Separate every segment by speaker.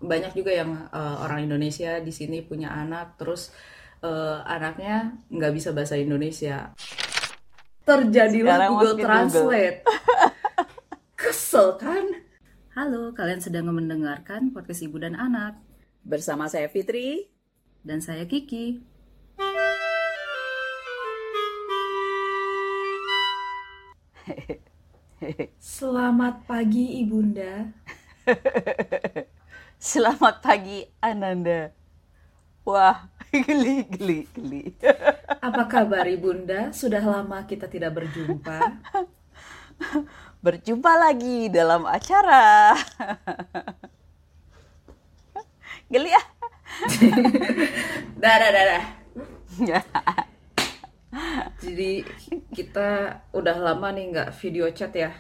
Speaker 1: banyak juga yang orang Indonesia di sini punya anak, terus anaknya nggak bisa bahasa Indonesia. Terjadilah
Speaker 2: Sekarang
Speaker 1: Google
Speaker 2: masukin Google.
Speaker 1: Translate. Kesel kan? Halo, kalian sedang mendengarkan podcast Ibu dan Anak.
Speaker 2: Bersama saya Fitri.
Speaker 1: Dan saya Kiki. Selamat pagi Ibunda.
Speaker 2: Selamat pagi Ananda. Wah, geli.
Speaker 1: Apa kabar Ibunda? Sudah lama kita tidak berjumpa.
Speaker 2: Berjumpa lagi dalam acara. Geli ya?
Speaker 1: Dah. Jadi kita udah lama nih nggak video chat ya.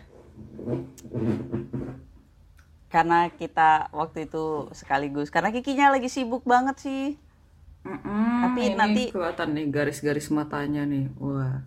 Speaker 2: Karena kita waktu itu sekaligus. Karena Kikinya lagi sibuk banget sih. Tapi
Speaker 1: Ini
Speaker 2: nanti
Speaker 1: kelihatan nih garis-garis matanya nih. Wah.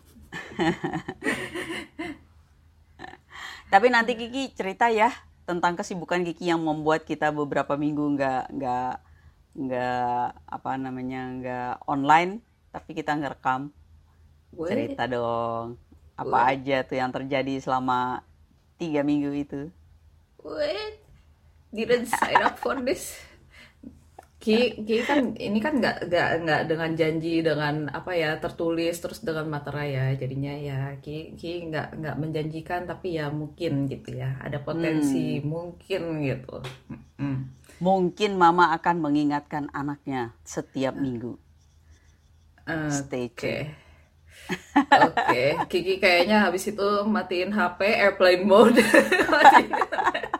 Speaker 2: Tapi nanti Kiki cerita ya tentang kesibukan Kiki yang membuat kita beberapa minggu nggak apa namanya nggak online, tapi kita ngerekam.
Speaker 1: Wait,
Speaker 2: Cerita dong, apa
Speaker 1: wait,
Speaker 2: aja tuh yang terjadi selama 3 minggu itu?
Speaker 1: wait. Didn't sign up for this. Ki kan ini kan nggak dengan janji dengan apa ya tertulis terus dengan materai ya jadinya ya Ki nggak menjanjikan tapi ya mungkin gitu ya ada potensi
Speaker 2: Hmm,
Speaker 1: mungkin gitu. Mm.
Speaker 2: Mungkin Mama akan mengingatkan anaknya setiap minggu. Stay
Speaker 1: Oke,
Speaker 2: tune.
Speaker 1: oke. Kiki kayaknya habis itu matiin HP airplane mode. Matiin.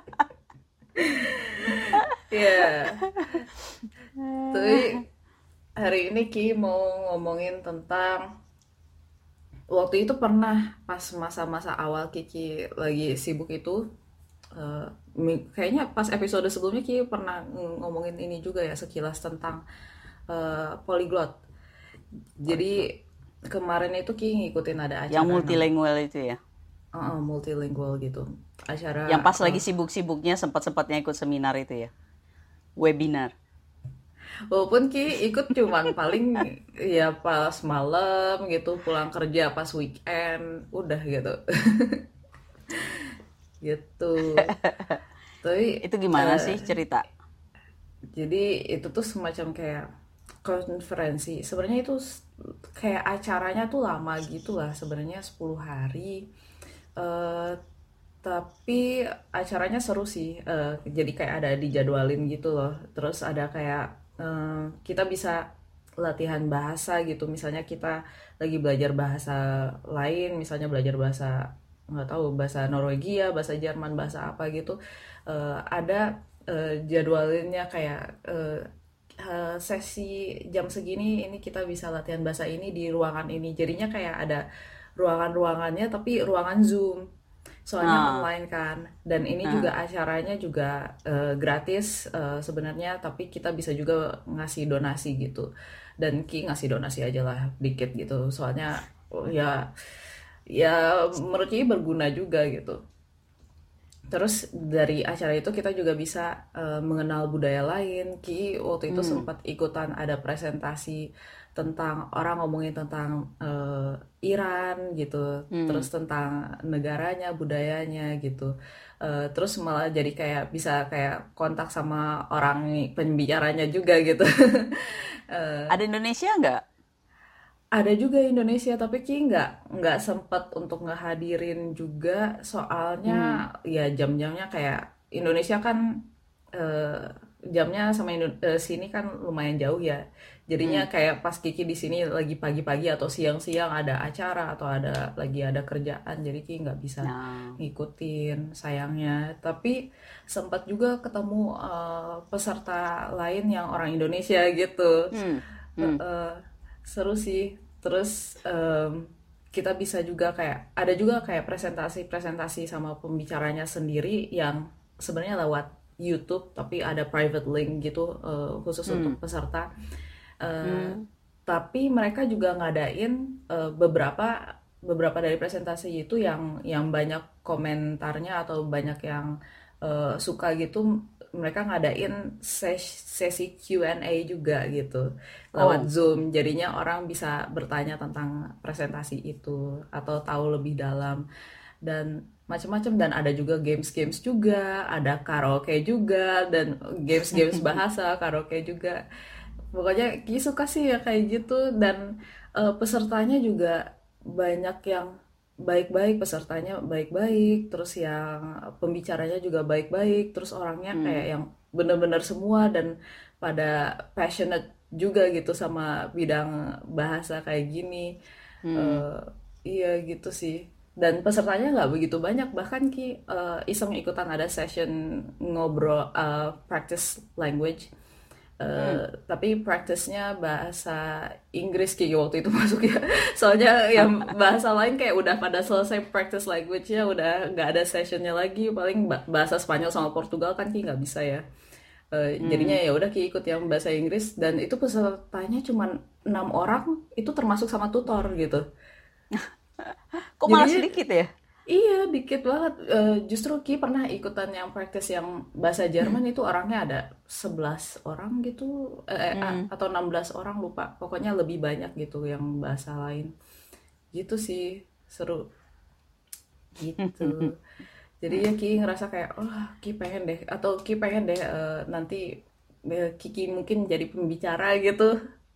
Speaker 1: Ya, tapi hari ini Ki mau ngomongin tentang waktu itu pernah pas masa-masa awal Kiki lagi sibuk itu kayaknya pas episode sebelumnya Kiki pernah ngomongin ini juga ya sekilas tentang polyglot. Jadi
Speaker 2: Polyglot.
Speaker 1: kemarin itu Kiki ngikutin ada
Speaker 2: Yang
Speaker 1: acara
Speaker 2: multilingual itu ya.
Speaker 1: multilingual gitu.
Speaker 2: Yang
Speaker 1: Acara
Speaker 2: pas lagi sibuk-sibuknya sempat-sempatnya ikut seminar itu ya. Webinar.
Speaker 1: walaupun Ki ikut cuman paling ya pas malam gitu pulang kerja pas weekend udah gitu. Gitu. Tapi
Speaker 2: Itu gimana sih cerita?
Speaker 1: jadi itu tuh semacam kayak konferensi. Sebenarnya itu kayak acaranya tuh lama gitu lah, sebenarnya 10 hari. Eh tapi acaranya seru sih. Jadi kayak ada dijadwalin gitu loh. Terus ada kayak kita bisa latihan bahasa gitu. Misalnya kita lagi belajar bahasa lain, misalnya belajar bahasa nggak tahu bahasa Norwegia, bahasa Jerman, bahasa apa gitu. Ada jadwalinnya kayak sesi jam segini ini kita bisa latihan bahasa ini di ruangan ini. Jadinya kayak ada ruangan-ruangannya tapi ruangan Zoom. Soalnya
Speaker 2: Nah,
Speaker 1: online kan. Dan ini
Speaker 2: nah.
Speaker 1: juga acaranya juga gratis sebenarnya tapi kita bisa juga ngasih donasi gitu. Dan Ki ngasih donasi aja lah dikit gitu. Soalnya ya ya menurut Ki berguna juga gitu. Terus dari acara itu kita juga bisa mengenal budaya lain. Ki waktu itu
Speaker 2: Hmm,
Speaker 1: sempat ikutan ada presentasi tentang orang ngomongin tentang Iran gitu,
Speaker 2: hmm.
Speaker 1: terus tentang negaranya, budayanya gitu. Terus malah jadi kayak bisa kayak kontak sama orang pembicaranya juga gitu.
Speaker 2: Ada Indonesia nggak?
Speaker 1: Ada juga Indonesia tapi Ki nggak sempat untuk ngehadirin juga
Speaker 2: Hmm,
Speaker 1: soalnya ya jam-jamnya kayak Indonesia kan eh, jamnya sama sini kan lumayan jauh ya.
Speaker 2: hmm.
Speaker 1: Jadinya kayak pas Kiki di sini lagi pagi-pagi atau siang-siang ada acara atau lagi ada kerjaan jadi Ki nggak bisa
Speaker 2: Nah,
Speaker 1: ngikutin sayangnya. Tapi sempat juga ketemu peserta lain yang orang Indonesia gitu.
Speaker 2: hmm, hmm,
Speaker 1: Heeh, seru sih. Terus kita bisa juga kayak ada juga kayak presentasi-presentasi sama pembicaranya sendiri yang sebenarnya lewat YouTube tapi ada private link gitu khusus untuk
Speaker 2: hmm,
Speaker 1: peserta. Eh,
Speaker 2: hmm,
Speaker 1: tapi mereka juga ngadain beberapa beberapa dari presentasi itu yang banyak komentarnya atau banyak yang suka gitu, mereka ngadain sesi Q&A juga gitu lewat
Speaker 2: Oh.
Speaker 1: Zoom. Jadinya orang bisa bertanya tentang presentasi itu atau tahu lebih dalam dan macam-macam, dan ada juga games-games juga, ada karaoke juga dan games-games bahasa karaoke juga. Pokoknya Ki suka sih ya kayak gitu, dan pesertanya juga banyak yang baik-baik, pesertanya baik-baik, terus yang pembicaranya juga baik-baik, terus orangnya kayak
Speaker 2: Hmm.
Speaker 1: yang bener-bener semua dan pada passionate juga gitu sama bidang bahasa kayak gini.
Speaker 2: Hmm.
Speaker 1: Eh, iya gitu sih. Dan pesertanya nggak begitu banyak, bahkan Ki iseng ikutan ada session ngobrol practice language.
Speaker 2: Hmm.
Speaker 1: Tapi praktisnya bahasa Inggris kayak waktu itu masuk ya. Soalnya yang bahasa lain kayak udah pada selesai practice language-nya, udah nggak ada sessionnya lagi. Paling bahasa Spanyol sama Portugal kan Ki nggak bisa ya. Jadinya
Speaker 2: Hmm.
Speaker 1: ya udah Ki ikut yang bahasa Inggris, dan itu pesertanya cuma 6 orang, itu termasuk sama tutor gitu.
Speaker 2: Kok malah
Speaker 1: Jadinya
Speaker 2: sedikit ya?
Speaker 1: iya, dikit banget. Justru Ki pernah ikutan yang practice yang bahasa Jerman, itu orangnya ada 11 orang gitu,
Speaker 2: Hmm.
Speaker 1: atau 16 orang lupa. Pokoknya lebih banyak gitu yang bahasa lain. Gitu sih, seru gitu. Jadi ya Ki ngerasa kayak, oh Ki pengen deh, atau Ki pengen deh nanti Kiki mungkin jadi pembicara gitu.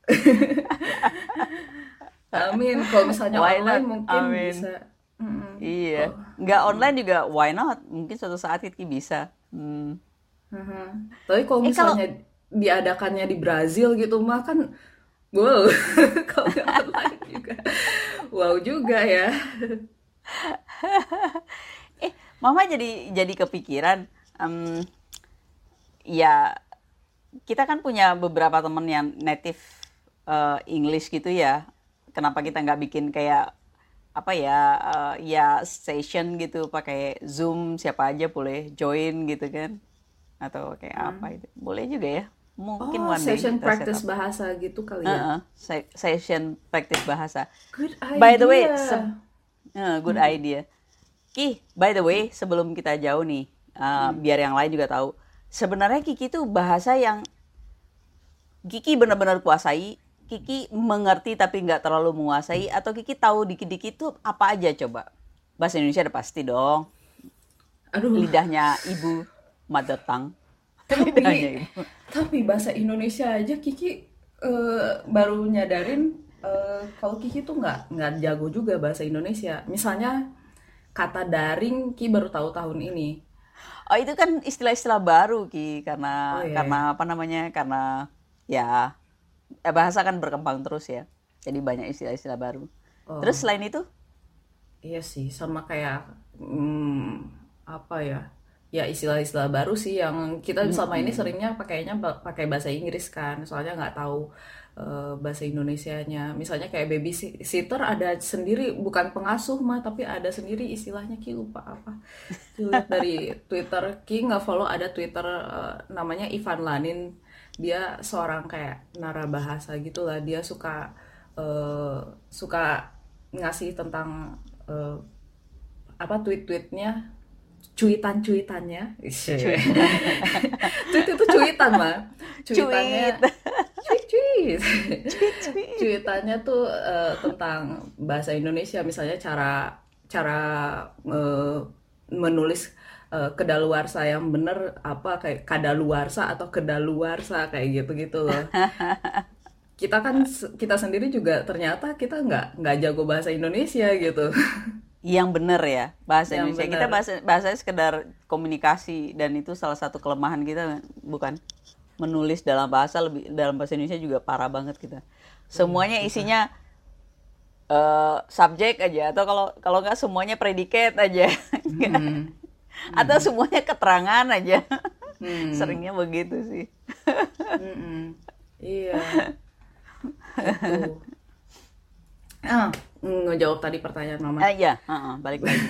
Speaker 1: Amin. Kalau misalnya
Speaker 2: Why
Speaker 1: online
Speaker 2: not?
Speaker 1: mungkin
Speaker 2: Amin.
Speaker 1: bisa. Mm-mm.
Speaker 2: Iya.
Speaker 1: Kok.
Speaker 2: Nggak online juga why not? Mungkin suatu saat Kiki bisa. Hmm.
Speaker 1: Mhm. Tapi kalau
Speaker 2: Kalau
Speaker 1: misalnya diadakannya di Brazil gitu mah kan wow, kalau nggak online juga wow juga ya.
Speaker 2: Mama jadi kepikiran, em, ya kita kan punya beberapa temen yang native English gitu ya. Kenapa kita nggak bikin kayak apa ya, ya session gitu pakai Zoom, siapa aja boleh join gitu kan? Atau kayak apa
Speaker 1: Hmm.
Speaker 2: itu? Boleh juga ya. Mungkin
Speaker 1: Oh,
Speaker 2: one day
Speaker 1: session
Speaker 2: kita set
Speaker 1: practice
Speaker 2: up.
Speaker 1: bahasa gitu kali ya.
Speaker 2: Session praktis bahasa.
Speaker 1: Good
Speaker 2: By the way,
Speaker 1: idea.
Speaker 2: good idea. By the way, sebelum kita jauh nih, biar yang lain juga tahu. Sebenarnya Kiki tuh bahasa yang Kiki benar-benar kuasai, Kiki mengerti tapi nggak terlalu menguasai, atau Kiki tahu dikit-dikit tuh apa aja coba? Bahasa Indonesia udah pasti dong.
Speaker 1: Aduh,
Speaker 2: Lidahnya ibu, mother tongue. Lidahnya
Speaker 1: tapi
Speaker 2: ibu.
Speaker 1: tapi bahasa Indonesia aja Kiki baru nyadarin kalau Kiki tuh nggak jago juga bahasa Indonesia. Misalnya kata daring Ki baru tahu tahun ini.
Speaker 2: Oh itu kan istilah-istilah baru Ki, karena
Speaker 1: Oh iya
Speaker 2: karena
Speaker 1: ya.
Speaker 2: apa namanya? Karena ya bahasa kan berkembang terus ya. Jadi banyak istilah-istilah baru. Terus
Speaker 1: Oh,
Speaker 2: selain itu,
Speaker 1: iya sih, sama kayak apa ya? Ya istilah-istilah baru sih yang kita selama ini
Speaker 2: mm-mm.
Speaker 1: seringnya pakainya pakai bahasa Inggris kan, soalnya nggak tahu bahasa Indonesianya. Misalnya kayak babysitter ada sendiri, bukan pengasuh mah, tapi ada sendiri istilahnya Ki lupa apa. Dilihat dari Twitter, Ki nggak follow ada Twitter namanya Ivan Lanin. Dia seorang kayak narabahasa gitulah. Dia suka eh, suka ngasih tentang eh, apa tweet-tweetnya, cuitan-cuitannya.
Speaker 2: Cuit.
Speaker 1: Tweet itu cuitan mah.
Speaker 2: Cuit.
Speaker 1: Cuitannya cuit-cuit.
Speaker 2: Cuit.
Speaker 1: Cuitannya tuh tentang bahasa Indonesia, misalnya cara cara eh, menulis kedaluarsa yang bener apa, kayak kadaluarsa atau kedaluarsa kayak gitu-gitu loh. Kita kan kita sendiri juga ternyata kita nggak jago bahasa Indonesia gitu.
Speaker 2: Yang bener ya bahasa
Speaker 1: Yang
Speaker 2: Indonesia. Kita
Speaker 1: bener.
Speaker 2: bahasanya sekedar komunikasi, dan itu salah satu kelemahan kita, bukan? Menulis dalam bahasa Indonesia juga parah banget kita.
Speaker 1: Wih,
Speaker 2: Semuanya
Speaker 1: susah.
Speaker 2: isinya subjek aja, atau kalau kalau nggak semuanya predikat aja.
Speaker 1: Hmm.
Speaker 2: Atau
Speaker 1: Hmm.
Speaker 2: semuanya keterangan aja.
Speaker 1: Hmm.
Speaker 2: Seringnya begitu sih.
Speaker 1: Hmm. Iya, gitu. Ngejawab tadi pertanyaan Mama.
Speaker 2: Ya, balik lagi.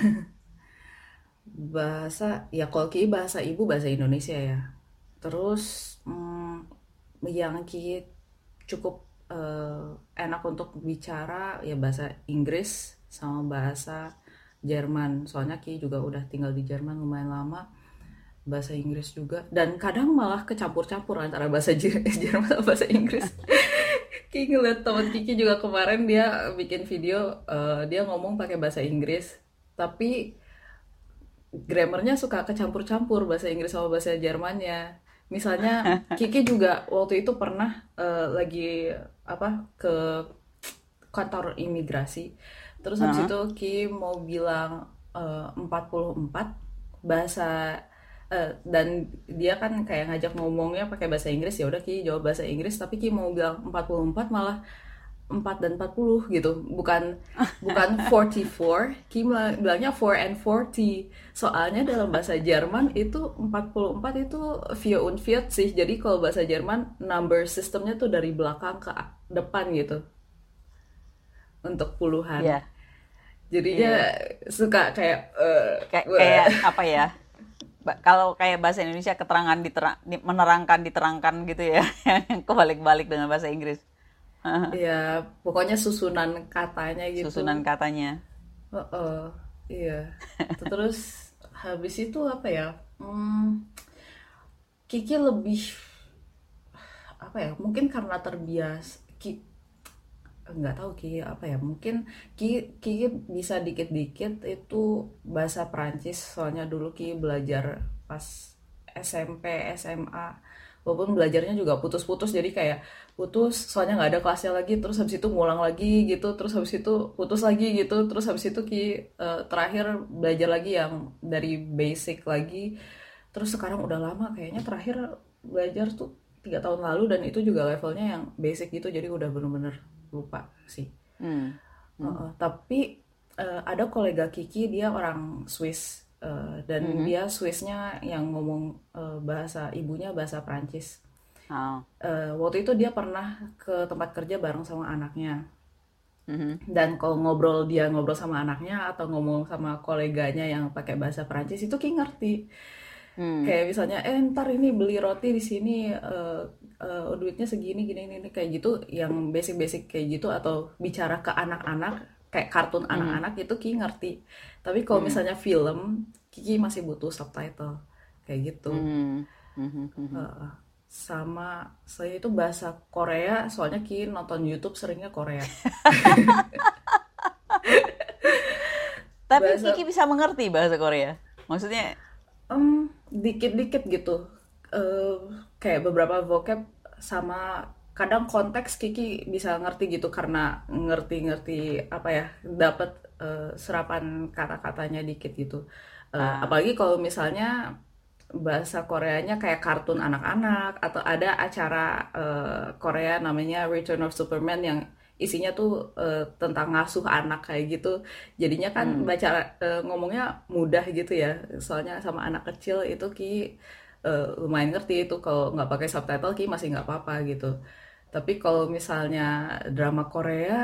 Speaker 1: Bahasa, ya kalau Ki bahasa ibu bahasa Indonesia ya. Terus yang Ki cukup enak untuk bicara ya bahasa Inggris sama bahasa Jerman. Soalnya Ki juga udah tinggal di Jerman lumayan lama. bahasa Inggris juga, dan kadang malah kecampur-campur antara bahasa Jerman sama bahasa Inggris. Kiki ngeliat teman Kiki juga kemarin dia bikin video, dia ngomong pakai bahasa Inggris, tapi grammarnya suka kecampur-campur bahasa Inggris sama bahasa Jermannya. Misalnya Kiki juga waktu itu pernah lagi apa ke kantor imigrasi. Terus habis
Speaker 2: Heeh.
Speaker 1: itu Ki mau bilang 44 bahasa, dan dia kan kayak ngajak ngomongnya pakai bahasa Inggris, ya udah Ki jawab bahasa Inggris, tapi Ki mau bilang 44 malah 4 dan 40 gitu. Bukan bukan 44, Ki bilangnya 4 and 40. Soalnya dalam bahasa Jerman itu 44 itu sih. Jadi kalau bahasa Jerman number systemnya tuh dari belakang ke depan gitu untuk puluhan.
Speaker 2: Iya, iya.
Speaker 1: Jadinya suka kayak
Speaker 2: Kayak apa ya? Kalau kayak bahasa Indonesia keterangan menerangkan diterangkan gitu ya, yang kebalik-balik dengan bahasa Inggris.
Speaker 1: ya pokoknya susunan katanya
Speaker 2: Susunan
Speaker 1: gitu.
Speaker 2: katanya.
Speaker 1: Heeh, iya. Terus habis itu apa ya? Kiki lebih apa ya? Mungkin karena terbiasa nggak tahu Ki apa ya, mungkin Ki bisa dikit-dikit itu bahasa Prancis, soalnya dulu Ki belajar pas SMP SMA, walaupun belajarnya juga putus-putus, jadi kayak putus soalnya nggak ada kelasnya lagi, terus habis itu ngulang lagi gitu, terus habis itu putus lagi gitu, terus habis itu Ki terakhir belajar lagi yang dari basic lagi, terus sekarang udah lama kayaknya terakhir belajar tuh 3 tahun lalu, dan itu juga levelnya yang basic gitu, jadi udah bener-bener lupa sih.
Speaker 2: Hmm. Hmm.
Speaker 1: Tapi ada kolega Kiki, dia orang Swiss, dan
Speaker 2: Mhm.
Speaker 1: dia Swissnya yang ngomong bahasa ibunya bahasa Prancis.
Speaker 2: Oh.
Speaker 1: Waktu itu dia pernah ke tempat kerja bareng sama anaknya,
Speaker 2: Mhm.
Speaker 1: dan kalau dia ngobrol sama anaknya atau ngomong sama koleganya yang pakai bahasa Prancis itu Ki ngerti.
Speaker 2: Hmm.
Speaker 1: Kayak misalnya ntar ini beli roti di sini, duitnya segini gini ini kayak gitu, yang basic-basic kayak gitu, atau bicara ke anak-anak kayak kartun
Speaker 2: Mhm.
Speaker 1: anak-anak itu Ki ngerti. Tapi kalau
Speaker 2: Mhm.
Speaker 1: misalnya film, Kiki masih butuh subtitle kayak gitu.
Speaker 2: Mhm. Mhm. Mhm.
Speaker 1: Heeh. Sama saya itu bahasa Korea, soalnya Ki nonton YouTube seringnya Korea.
Speaker 2: Tapi Kiki
Speaker 1: Bahasa
Speaker 2: bisa mengerti bahasa Korea. Maksudnya,
Speaker 1: dikit-dikit gitu. Eh, Kayak beberapa vocab, sama kadang konteks Kiki bisa ngerti gitu karena ngerti-ngerti apa ya, dapat serapan kata-katanya dikit gitu.
Speaker 2: ah,
Speaker 1: Apalagi kalau misalnya bahasa Koreanya kayak kartun anak-anak, atau ada acara Korea namanya Return of Superman yang isinya tuh tentang ngasuh anak kayak gitu. Jadinya kan
Speaker 2: hmm.
Speaker 1: ngomongnya mudah gitu ya. Soalnya sama anak kecil itu Ki lumayan ngerti itu, kalau nggak pakai subtitle Ki masih nggak apa-apa gitu. Tapi kalau misalnya drama Korea,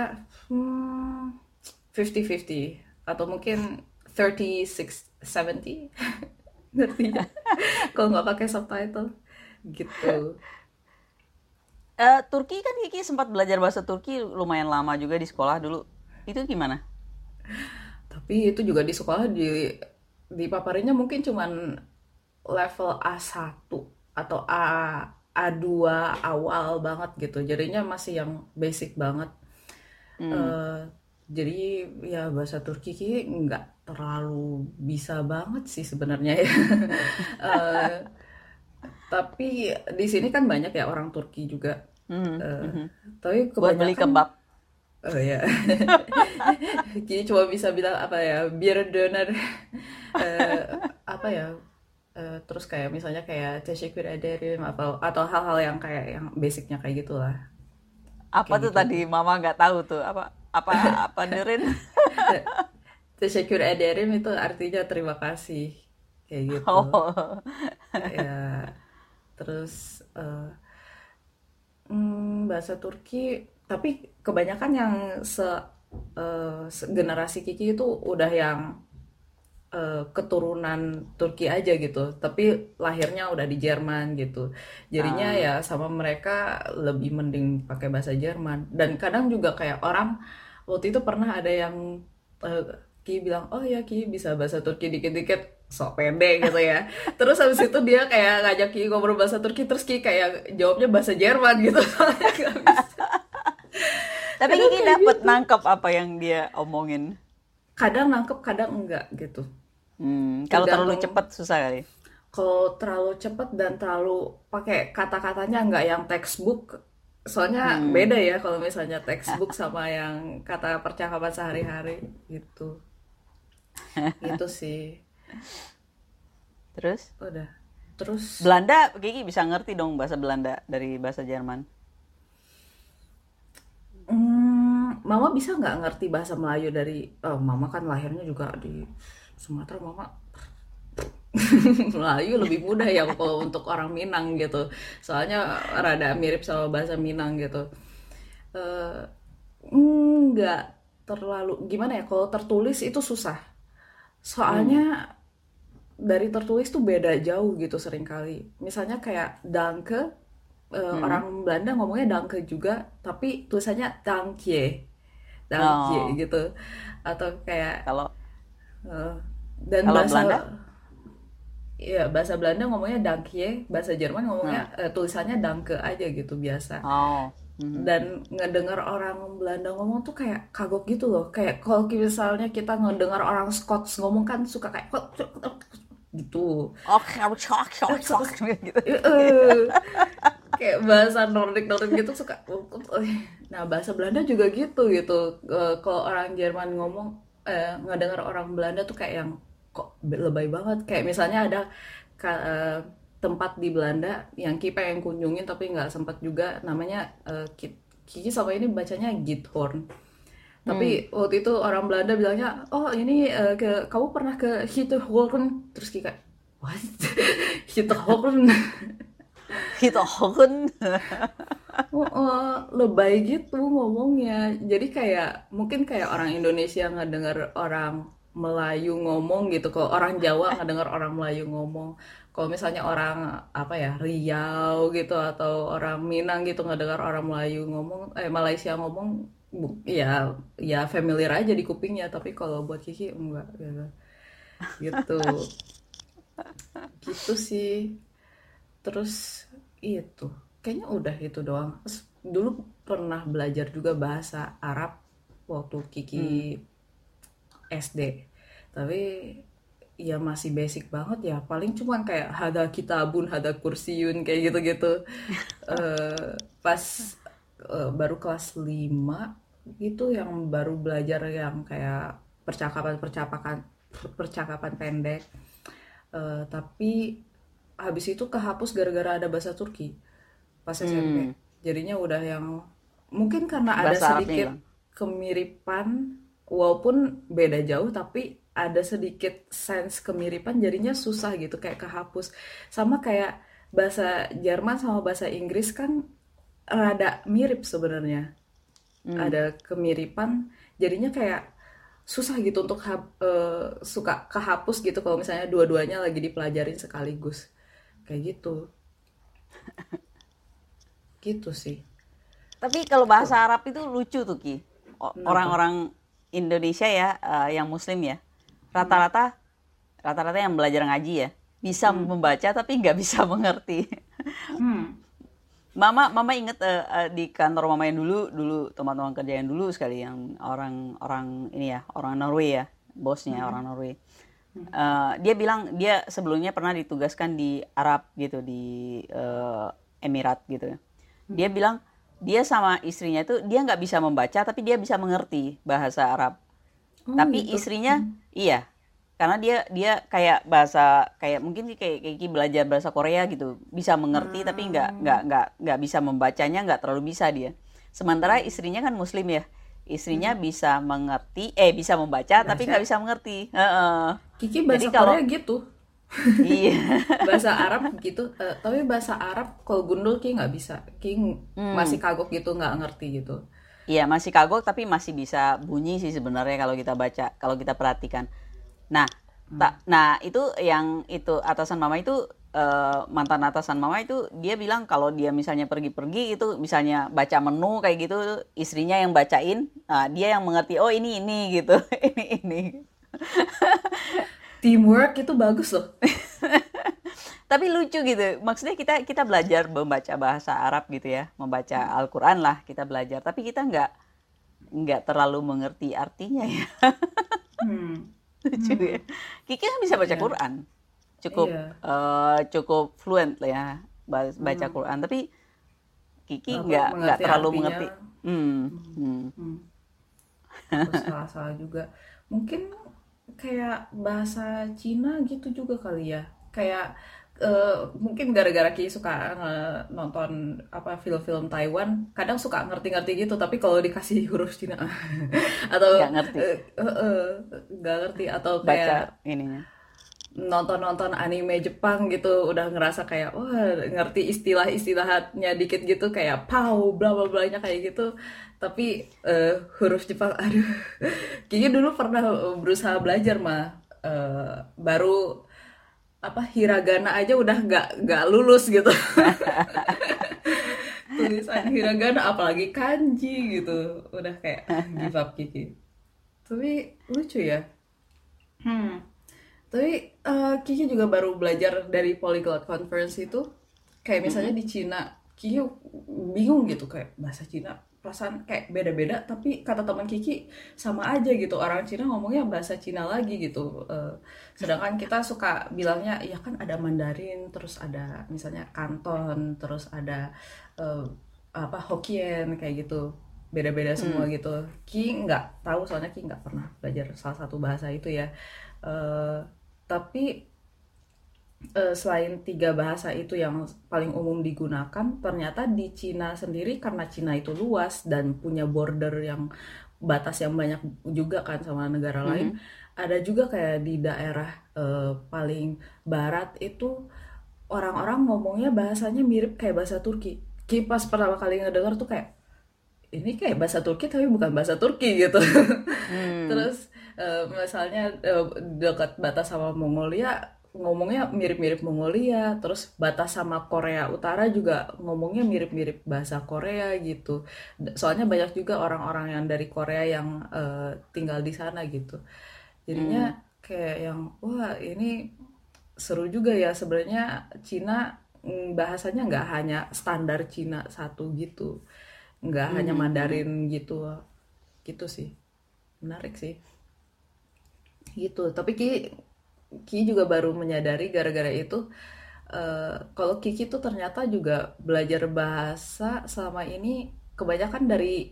Speaker 1: 50-50, atau mungkin 36-70 ngertinya kalau nggak pakai subtitle gitu.
Speaker 2: Turki kan Kiki sempat belajar bahasa Turki lumayan lama juga di sekolah dulu. Itu gimana?
Speaker 1: Tapi itu juga di sekolah dipaparinnya mungkin cuman level A1 atau A2 awal banget gitu. Jadinya masih yang basic banget.
Speaker 2: Hmm.
Speaker 1: Eh, jadi ya bahasa Turki ki nggak terlalu bisa banget sih sebenarnya ya. Eh, tapi di sini kan banyak ya orang Turki juga.
Speaker 2: Mhm.
Speaker 1: Eh,
Speaker 2: Mhm.
Speaker 1: tapi
Speaker 2: Buat beli
Speaker 1: kebanyakan,
Speaker 2: kebab.
Speaker 1: oh ya, jadi cuma bisa bilang apa ya, biar donor, eh, apa ya, terus kayak misalnya kayak teşekkür ederim, atau hal-hal yang kayak yang basicnya kayak gitulah,
Speaker 2: Apa
Speaker 1: kayak
Speaker 2: tuh
Speaker 1: gitu.
Speaker 2: tadi Mama nggak tahu tuh. Apa apa Derin?
Speaker 1: Teşekkür ederim itu artinya terima kasih, kayak gitu.
Speaker 2: Oh.
Speaker 1: Ya, terus bahasa Turki, tapi kebanyakan yang generasi Kiki itu udah yang keturunan Turki aja gitu, tapi lahirnya udah di Jerman gitu. Jadinya
Speaker 2: Ah.
Speaker 1: ya sama mereka lebih mending pakai bahasa Jerman. Dan kadang juga kayak orang waktu itu pernah ada yang Ki bilang, oh ya Ki bisa bahasa Turki dikit-dikit. sok pede gitu ya. Terus habis itu dia kayak ngajak Ki ngobrol bahasa Turki, terus Ki kayak jawabnya bahasa Jerman gitu. Soalnya nggak bisa.
Speaker 2: Tapi
Speaker 1: Kadang
Speaker 2: Kiki
Speaker 1: kayak
Speaker 2: dapet
Speaker 1: gitu.
Speaker 2: nangkep apa yang dia omongin.
Speaker 1: Kadang nangkep, kadang enggak gitu.
Speaker 2: Kalau terlalu
Speaker 1: Tergantung.
Speaker 2: cepat susah kali.
Speaker 1: Kalau terlalu cepat dan terlalu pakai kata-katanya nggak yang textbook, soalnya
Speaker 2: Hmm.
Speaker 1: beda ya kalau misalnya textbook sama yang kata percakapan sehari-hari gitu. Gitu sih.
Speaker 2: Terus
Speaker 1: Udah. Terus
Speaker 2: Belanda, Kiki bisa ngerti dong bahasa Belanda dari bahasa Jerman.
Speaker 1: Mama bisa nggak ngerti bahasa Melayu dari Mama kan lahirnya juga di Sumatera. Mama Melayu lebih mudah ya kalau untuk orang Minang gitu. Soalnya rada mirip sama bahasa Minang gitu. Eh, nggak terlalu gimana ya, kalau tertulis itu susah.
Speaker 2: Hmm.
Speaker 1: Soalnya dari tertulis tuh beda jauh gitu seringkali. Misalnya kayak danke,
Speaker 2: Mm-mm.
Speaker 1: orang Belanda ngomongnya danke juga, tapi tulisannya dankje, dankje
Speaker 2: Oh,
Speaker 1: gitu. Atau kayak
Speaker 2: kalau
Speaker 1: eh, dan
Speaker 2: kalau
Speaker 1: bahasa
Speaker 2: Belanda?
Speaker 1: ya bahasa Belanda ngomongnya dankje, bahasa Jerman ngomongnya
Speaker 2: Hmm.
Speaker 1: tulisannya danke aja gitu biasa.
Speaker 2: Oh. Mhm.
Speaker 1: Dan ngedengar orang Belanda ngomong tuh kayak kagok gitu loh, kayak kalau misalnya kita ngedengar orang Scots ngomong kan suka kayak gitu.
Speaker 2: Oh, cok gitu.
Speaker 1: Kayak bahasa Nordik Nordik gitu suka. Nah bahasa Belanda juga gitu gitu. Kalau orang Jerman ngomong, ngedengar orang Belanda tuh kayak yang kok lebay banget, kayak misalnya ada tempat di Belanda yang Ki pengen kunjungin tapi nggak sempat juga, namanya Kiki sama ini bacanya Giethoorn.
Speaker 2: Hmm.
Speaker 1: Tapi waktu itu orang Belanda bilangnya, oh ini kamu pernah ke Giethoorn? Terus Kiki kayak, what? Giethoorn?
Speaker 2: Gitu kan.
Speaker 1: Lebay gitu ngomongnya. Jadi kayak mungkin kayak orang Indonesia ngedenger orang Melayu ngomong gitu. Kalau orang Jawa ngedenger orang Melayu ngomong. Kalau misalnya orang apa ya, Riau gitu atau orang Minang gitu ngedengar orang Melayu ngomong, Malaysia ngomong, ya ya familiar aja di kupingnya. Tapi kalau buat Kiki enggak gitu. Gitu, gitu sih. Terus itu kayaknya udah itu doang. Terus dulu pernah belajar juga bahasa Arab waktu Kiki
Speaker 2: Hmm.
Speaker 1: SD, tapi ya masih basic banget ya, paling cuman kayak hada kitabun hada kursiun kayak gitu-gitu. Pas baru kelas 5 gitu yang baru belajar yang kayak percakapan-percakapan percakapan pendek. Tapi habis itu kehapus gara-gara ada bahasa Turki pas SMP.
Speaker 2: Hmm.
Speaker 1: Jadinya udah yang mungkin karena ada
Speaker 2: Bahasa Arabnya
Speaker 1: sedikit
Speaker 2: hilang.
Speaker 1: kemiripan, walaupun beda jauh tapi ada sedikit sense kemiripan, jadinya susah gitu kayak kehapus. Sama kayak bahasa Jerman sama bahasa Inggris kan rada mirip sebenarnya,
Speaker 2: Hmm.
Speaker 1: ada kemiripan, jadinya kayak susah gitu untuk suka kehapus gitu kalau misalnya dua-duanya lagi dipelajarin sekaligus kayak gitu, gitu sih.
Speaker 2: Tapi kalau
Speaker 1: Kok
Speaker 2: bahasa Arab itu lucu tuh Ki.
Speaker 1: kenapa?
Speaker 2: Orang-orang Indonesia ya, yang Muslim ya,
Speaker 1: Hmm.
Speaker 2: rata-rata rata-rata yang belajar ngaji ya, bisa
Speaker 1: Hmm.
Speaker 2: membaca tapi nggak bisa mengerti.
Speaker 1: Hmm.
Speaker 2: Mama inget di kantor mama yang dulu dulu teman-teman kerja yang dulu sekali yang orang-orang ini ya, orang Norway ya, bosnya
Speaker 1: Hmm.
Speaker 2: orang Norway. Dia bilang dia sebelumnya pernah ditugaskan di Arab gitu, di Emirat gitu ya. Dia bilang dia sama istrinya itu dia nggak bisa membaca tapi dia bisa mengerti bahasa Arab.
Speaker 1: Oh
Speaker 2: Tapi
Speaker 1: gitu.
Speaker 2: istrinya iya, karena dia dia kayak bahasa kayak mungkin kayak belajar bahasa Korea gitu, bisa mengerti tapi
Speaker 1: Hmm.
Speaker 2: nggak bisa membacanya, nggak terlalu bisa dia. Sementara istrinya kan Muslim ya, istrinya bisa mengerti, bisa membaca tapi nggak
Speaker 1: Baca.
Speaker 2: bisa mengerti. Heeh.
Speaker 1: Kiki
Speaker 2: Jadi
Speaker 1: bahasa
Speaker 2: kalau
Speaker 1: Korea gitu.
Speaker 2: iya,
Speaker 1: Bahasa Arab gitu. Tapi bahasa Arab kalau gundul Ki nggak bisa. Ki masih
Speaker 2: hmm,
Speaker 1: kagok gitu, nggak ngerti gitu.
Speaker 2: iya masih kagok tapi masih bisa bunyi sih sebenarnya kalau kita baca, kalau kita perhatikan. Nah, nah itu yang itu atasan mama itu, mantan atasan mama itu dia bilang kalau dia misalnya pergi-pergi itu misalnya baca menu kayak gitu, istrinya yang bacain, dia yang mengerti oh ini gitu, ini.
Speaker 1: Teamwork itu bagus loh.
Speaker 2: Tapi lucu gitu. Maksudnya kita kita belajar membaca bahasa Arab gitu ya, membaca Al-Qur'an lah kita belajar. Tapi kita nggak terlalu mengerti artinya ya.
Speaker 1: Hmm.
Speaker 2: Lucu ya.
Speaker 1: Hmm.
Speaker 2: Kiki kan bisa baca
Speaker 1: Iya.
Speaker 2: Quran. Cukup
Speaker 1: Iya.
Speaker 2: cukup fluent lah ya baca
Speaker 1: Hmm.
Speaker 2: Quran. Tapi Kiki
Speaker 1: Apa
Speaker 2: nggak
Speaker 1: mengerti
Speaker 2: terlalu
Speaker 1: artinya?
Speaker 2: mengerti. Hmm,
Speaker 1: Hmm.
Speaker 2: hmm.
Speaker 1: Hmm. Aku salah-salah juga. Mungkin kayak bahasa Cina gitu juga kali ya. Kayak mungkin gara-gara Ki suka nonton apa film-film Taiwan, kadang suka ngerti-ngerti gitu, tapi kalau dikasih huruf Cina
Speaker 2: Nggak
Speaker 1: atau
Speaker 2: ngerti
Speaker 1: nggak ngerti, atau
Speaker 2: baca
Speaker 1: kayak
Speaker 2: ininya.
Speaker 1: nonton-nonton anime Jepang gitu udah ngerasa kayak wah ngerti istilah-istilahnya dikit gitu, kayak pow bla bla blanya kayak gitu, tapi huruf Jepang aduh. Kayaknya dulu pernah berusaha belajar mah, baru apa hiragana aja udah nggak lulus gitu. Tulisan hiragana apalagi kanji gitu udah kayak give up Kiki. Tapi lucu ya. Hmm. Tapi Kiki juga baru belajar dari Polyglot Conference itu. Kayak misalnya
Speaker 2: Mm-mm.
Speaker 1: di Cina, Kiki bingung gitu kayak bahasa Cina. Perasaan kayak beda-beda, tapi kata teman Kiki sama aja gitu. Orang Cina ngomongnya bahasa Cina lagi gitu. Sedangkan kita suka bilangnya, ya kan ada Mandarin, terus ada misalnya Kanton, terus ada eh, apa Hokkien kayak gitu. Beda-beda semua
Speaker 2: Hmm.
Speaker 1: gitu. Ki nggak tahu soalnya Ki nggak pernah belajar salah satu bahasa itu ya. Eh, tapi selain tiga bahasa itu yang paling umum digunakan, ternyata di Cina sendiri karena Cina itu luas dan punya border yang batas yang banyak juga kan sama negara lain,
Speaker 2: Mm-mm.
Speaker 1: ada juga kayak di daerah paling barat itu orang-orang ngomongnya bahasanya mirip kayak bahasa Turki. Ki pas pertama kali ngedenger tuh kayak ini kayak bahasa Turki tapi bukan bahasa Turki gitu.
Speaker 2: Hmm.
Speaker 1: Terus misalnya dekat batas sama Mongolia ngomongnya mirip-mirip Mongolia, terus batas sama Korea Utara juga ngomongnya mirip-mirip bahasa Korea gitu. Soalnya banyak juga orang-orang yang dari Korea yang tinggal di sana gitu.
Speaker 2: Hmm.
Speaker 1: Jadinya kayak yang wah ini seru juga ya sebenarnya. Cina bahasanya nggak hanya standar Cina satu gitu, nggak hanya
Speaker 2: Hmm.
Speaker 1: Mandarin gitu gitu sih, menarik sih gitu. Tapi Ki juga baru menyadari gara-gara itu kalau Kiki tuh ternyata juga belajar bahasa selama ini kebanyakan dari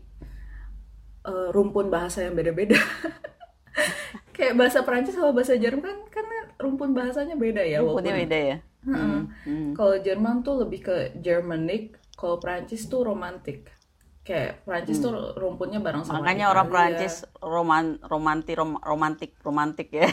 Speaker 1: rumpun bahasa yang beda-beda. Kayak bahasa Perancis sama bahasa Jerman kan karena rumpun bahasanya beda ya,
Speaker 2: Rumputnya
Speaker 1: walaupun
Speaker 2: beda ya.
Speaker 1: heeh.
Speaker 2: Hmm. Hmm.
Speaker 1: Kalau Jerman tuh lebih ke Germanic, kalau Perancis tuh romantic. Kayak Perancis
Speaker 2: Hmm.
Speaker 1: tuh rumputnya bareng sama
Speaker 2: Makanya orang
Speaker 1: Italia,
Speaker 2: Perancis romantik romantik ya.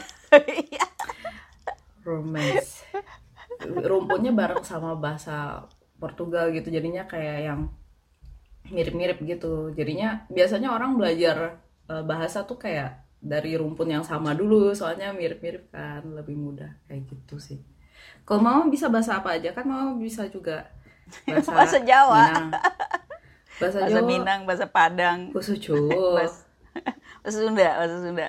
Speaker 1: romance. Rumpunnya bareng sama bahasa Portugal gitu, jadinya kayak yang mirip-mirip gitu. Jadinya biasanya orang belajar bahasa tuh kayak dari rumpun yang sama dulu, soalnya mirip-mirip kan, lebih mudah kayak gitu sih. Kalau mama bisa bahasa apa aja kan, mama bisa juga
Speaker 2: Bahasa
Speaker 1: bahasa
Speaker 2: Jawa,
Speaker 1: Minang, bahasa
Speaker 2: bahasa
Speaker 1: Jawa,
Speaker 2: Minang, bahasa Padang,
Speaker 1: Kusucu.
Speaker 2: bahasa, bahasa Sunda, bahasa Sunda.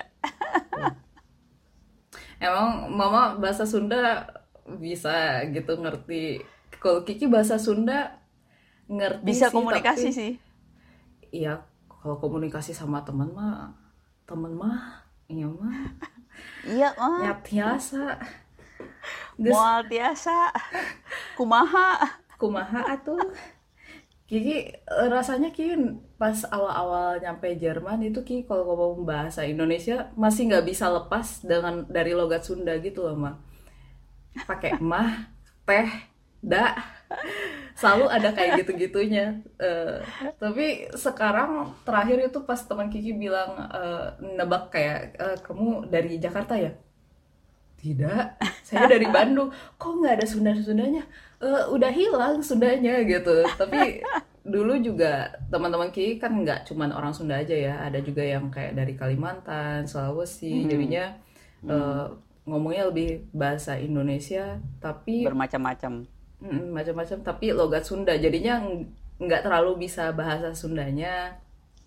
Speaker 1: Emang mama bahasa Sunda bisa gitu ngerti. Kalau Kiki bahasa Sunda ngerti
Speaker 2: Bisa
Speaker 1: sih,
Speaker 2: komunikasi
Speaker 1: tapi
Speaker 2: sih.
Speaker 1: iya kalau komunikasi sama temen mah, iya mah,
Speaker 2: Iya mah,
Speaker 1: nyat biasa. Gus,
Speaker 2: moal tiasa, kumaha.
Speaker 1: kumaha atuh. Kiki rasanya Kiki pas awal-awal nyampe Jerman itu Kiki kalau ngomong bahasa Indonesia masih nggak bisa lepas dengan dari logat Sunda gitu loh, mah. Pakai mah, teh, da, selalu ada kayak gitu-gitunya. Tapi sekarang terakhir itu pas teman Kiki bilang nebak kayak kamu dari Jakarta ya? Tidak, saya dari Bandung. Kok nggak ada Sunda-Sundanya? Udah hilang Sundanya gitu. Tapi dulu juga teman-teman Kiki kan nggak cuman orang Sunda aja ya, ada juga yang kayak dari Kalimantan, Sulawesi.
Speaker 2: Hmm.
Speaker 1: Jadinya
Speaker 2: Hmm.
Speaker 1: eh, ngomongnya lebih bahasa Indonesia, tapi
Speaker 2: Bermacam-macam.
Speaker 1: macam-macam, tapi logat Sunda. Jadinya nggak terlalu bisa bahasa Sundanya.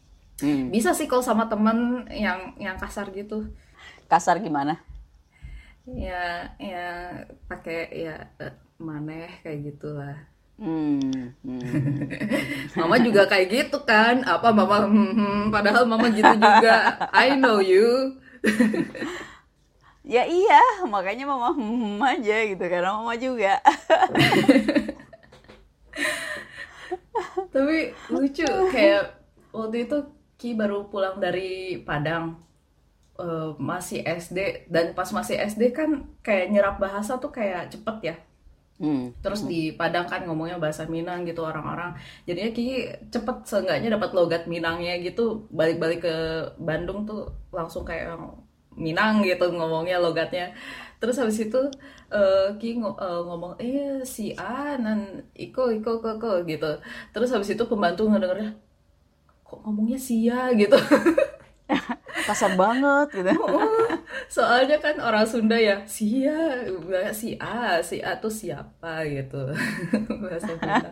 Speaker 2: Hmm.
Speaker 1: Bisa sih kalau sama temen yang kasar gitu.
Speaker 2: Kasar gimana?
Speaker 1: Ya, ya pakai ya maneh kayak gitulah.
Speaker 2: Hmm, hmm.
Speaker 1: Mama juga kayak gitu kan? Apa mama? Padahal mama gitu juga. I know you.
Speaker 2: Ya iya, makanya mama aja gitu karena mama juga.
Speaker 1: Tapi lucu kayak waktu itu Ki baru pulang dari Padang, masih SD, dan pas masih SD kan kayak nyerap bahasa tuh kayak cepet ya.
Speaker 2: Hmm,
Speaker 1: Terus
Speaker 2: hmm.
Speaker 1: di Padang kan ngomongnya bahasa Minang gitu orang-orang. Jadinya Ki cepet seenggaknya dapat logat Minangnya gitu. Balik-balik ke Bandung tuh langsung kayak orang Minang gitu ngomongnya logatnya. Terus habis itu Ki ngomong si A nan iko gitu. Terus habis itu pembantu ngedengernya kok ngomongnya sia gitu.
Speaker 2: Kasar banget gitu.
Speaker 1: Soalnya kan orang Sunda ya sia, si A tuh siapa gitu. Bahasa Minang.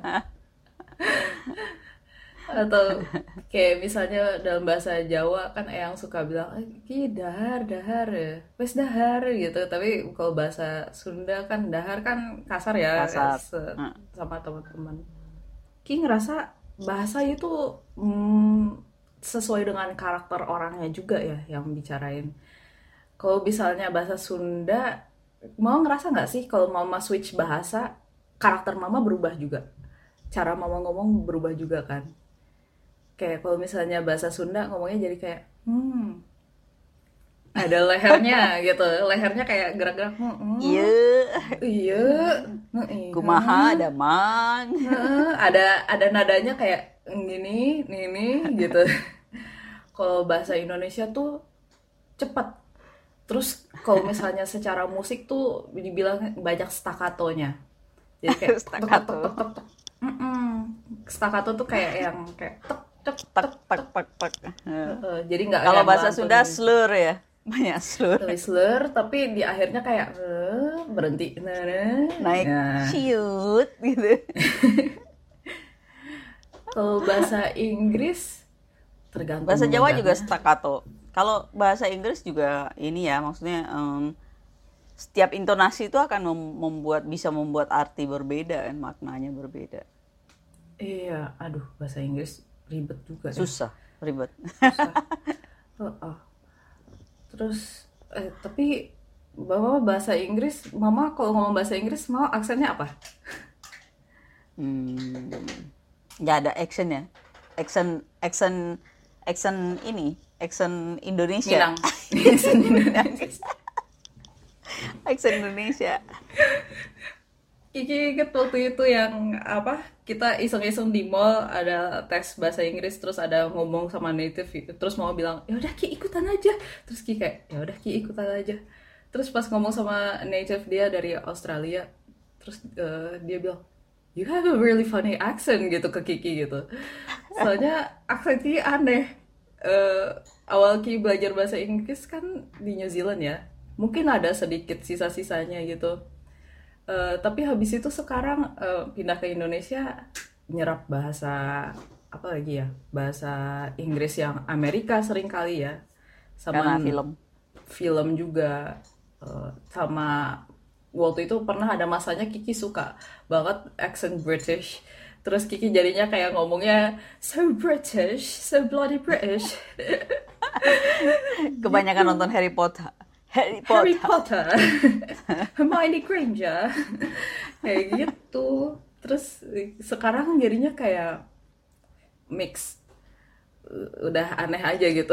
Speaker 1: Atau kayak misalnya dalam bahasa Jawa kan yang suka bilang ki dahar dahar ya wes dahar gitu, tapi kalau bahasa Sunda kan dahar kan kasar ya,
Speaker 2: Kasar. Heeh.
Speaker 1: sama teman-teman. Ki ngerasa bahasa itu sesuai dengan karakter orangnya juga ya yang bicarain. Kalau misalnya bahasa Sunda, mau ngerasa nggak sih kalau mama switch bahasa, karakter mama berubah juga, cara mama ngomong berubah juga kan? Kayak kalau misalnya bahasa Sunda ngomongnya jadi kayak ada lehernya gitu, lehernya kayak gerak-gerak
Speaker 2: Iya,
Speaker 1: iya
Speaker 2: kumaha damang.
Speaker 1: ada nadanya kayak gini gitu. Kalau bahasa Indonesia tuh cepet. Terus kalau misalnya secara musik tuh dibilang banyak staccatonya. Jadi kayak tok tok tok tok tok
Speaker 2: Staccato.
Speaker 1: tok tok. Staccato tuh kayak yang kayak tek tek
Speaker 2: Tak
Speaker 1: tek
Speaker 2: tak
Speaker 1: tek.
Speaker 2: tak tak.
Speaker 1: Jadi nggak
Speaker 2: Kalau
Speaker 1: yang
Speaker 2: bahasa
Speaker 1: ngantun
Speaker 2: Sunda slur ya. Banyak slur.
Speaker 1: tulis slur, tapi di akhirnya kayak berhenti.
Speaker 2: Naik
Speaker 1: Nah,
Speaker 2: ciut gitu.
Speaker 1: kalau bahasa Inggris tergantung
Speaker 2: Bahasa Jawa juga
Speaker 1: logatnya.
Speaker 2: staccato. Kalau bahasa Inggris juga ini ya, maksudnya setiap intonasi itu akan bisa membuat arti berbeda kan, maknanya berbeda.
Speaker 1: Iya, aduh bahasa Inggris ribet juga ya,
Speaker 2: Susah, ribet.
Speaker 1: susah. Oh. Terus tapi bawa bahasa Inggris, mama kalau ngomong bahasa Inggris mau aksennya apa?
Speaker 2: Hmm, nggak ada action ya. Action, action, action ini, action Indonesia.
Speaker 1: Minang. Indonesia.
Speaker 2: Action Indonesia.
Speaker 1: Kiki inget waktu itu yang apa, kita iseng-iseng di mall ada tes bahasa Inggris, terus ada ngomong sama native gitu. Terus mama bilang ya udah Ki ikutan aja. Terus Ki kayak ya udah Ki ikutan aja. Terus pas ngomong sama native dia dari Australia, terus dia bilang you have a really funny accent gitu ke Kiki gitu. Soalnya aksen Kiki aneh. Eh, Awal Ki belajar bahasa Inggris kan di New Zealand ya. Mungkin ada sedikit sisa-sisanya gitu. Tapi habis itu sekarang pindah ke Indonesia, nyerap bahasa apa lagi ya? Bahasa Inggris yang Amerika sering kali ya.
Speaker 2: Karena
Speaker 1: Sama
Speaker 2: film.
Speaker 1: film juga, sama waktu itu pernah ada masanya Kiki suka banget accent British. Terus Kiki jadinya kayak ngomongnya so British, so bloody British.
Speaker 2: Kebanyakan
Speaker 1: Gitu.
Speaker 2: nonton Harry Potter. Harry
Speaker 1: Harry
Speaker 2: Potter.
Speaker 1: Potter, Hermione Granger, kayak gitu. Terus sekarang jadinya kayak mix, udah aneh aja gitu.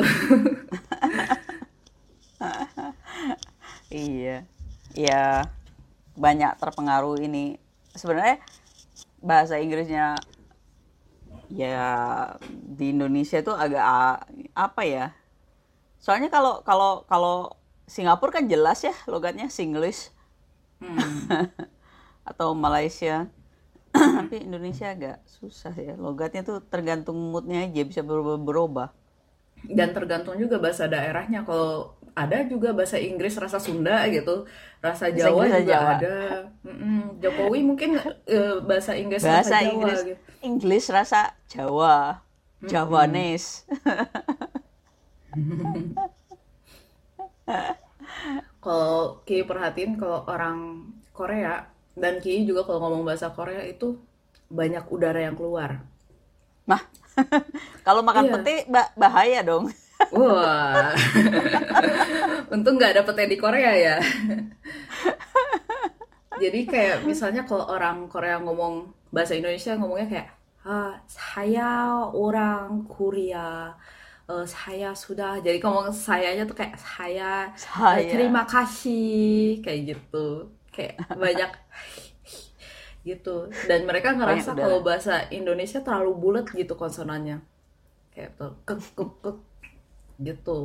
Speaker 2: Iya. Ya, banyak terpengaruh ini. Sebenarnya bahasa Inggrisnya ya di Indonesia itu agak apa ya? Soalnya kalau kalau kalau Singapura kan jelas ya logatnya Singlish atau Malaysia. Tapi Indonesia agak susah ya. Logatnya tuh tergantung moodnya aja bisa berubah-berubah.
Speaker 1: Dan tergantung juga bahasa daerahnya. Kalau ada juga bahasa Inggris rasa Sunda gitu, rasa
Speaker 2: Bahasa
Speaker 1: Jawa
Speaker 2: Inggris aja
Speaker 1: juga
Speaker 2: Jawa.
Speaker 1: ada. Jokowi mungkin bahasa Inggris rasa
Speaker 2: Bahasa
Speaker 1: Jawa
Speaker 2: Inggris
Speaker 1: gitu.
Speaker 2: Inggris rasa Jawa. Javanese.
Speaker 1: Kalau Ki perhatiin kalau orang Korea dan Ki juga kalau ngomong bahasa Korea itu banyak udara yang keluar.
Speaker 2: Nah, kalau makan
Speaker 1: Iya.
Speaker 2: pete bahaya dong.
Speaker 1: Wah, untung nggak dapetnya di Korea ya. Jadi kayak misalnya kalau orang Korea ngomong bahasa Indonesia ngomongnya kayak saya orang Korea, saya sudah. Jadi ngomong sayanya tuh kayak saya, terima
Speaker 2: Saya
Speaker 1: kasih kayak gitu. Kayak banyak gitu. Dan mereka
Speaker 2: banyak
Speaker 1: ngerasa kalau
Speaker 2: udara.
Speaker 1: bahasa Indonesia terlalu bulat gitu konsonannya. Kayak tuh kek kek kek gitu.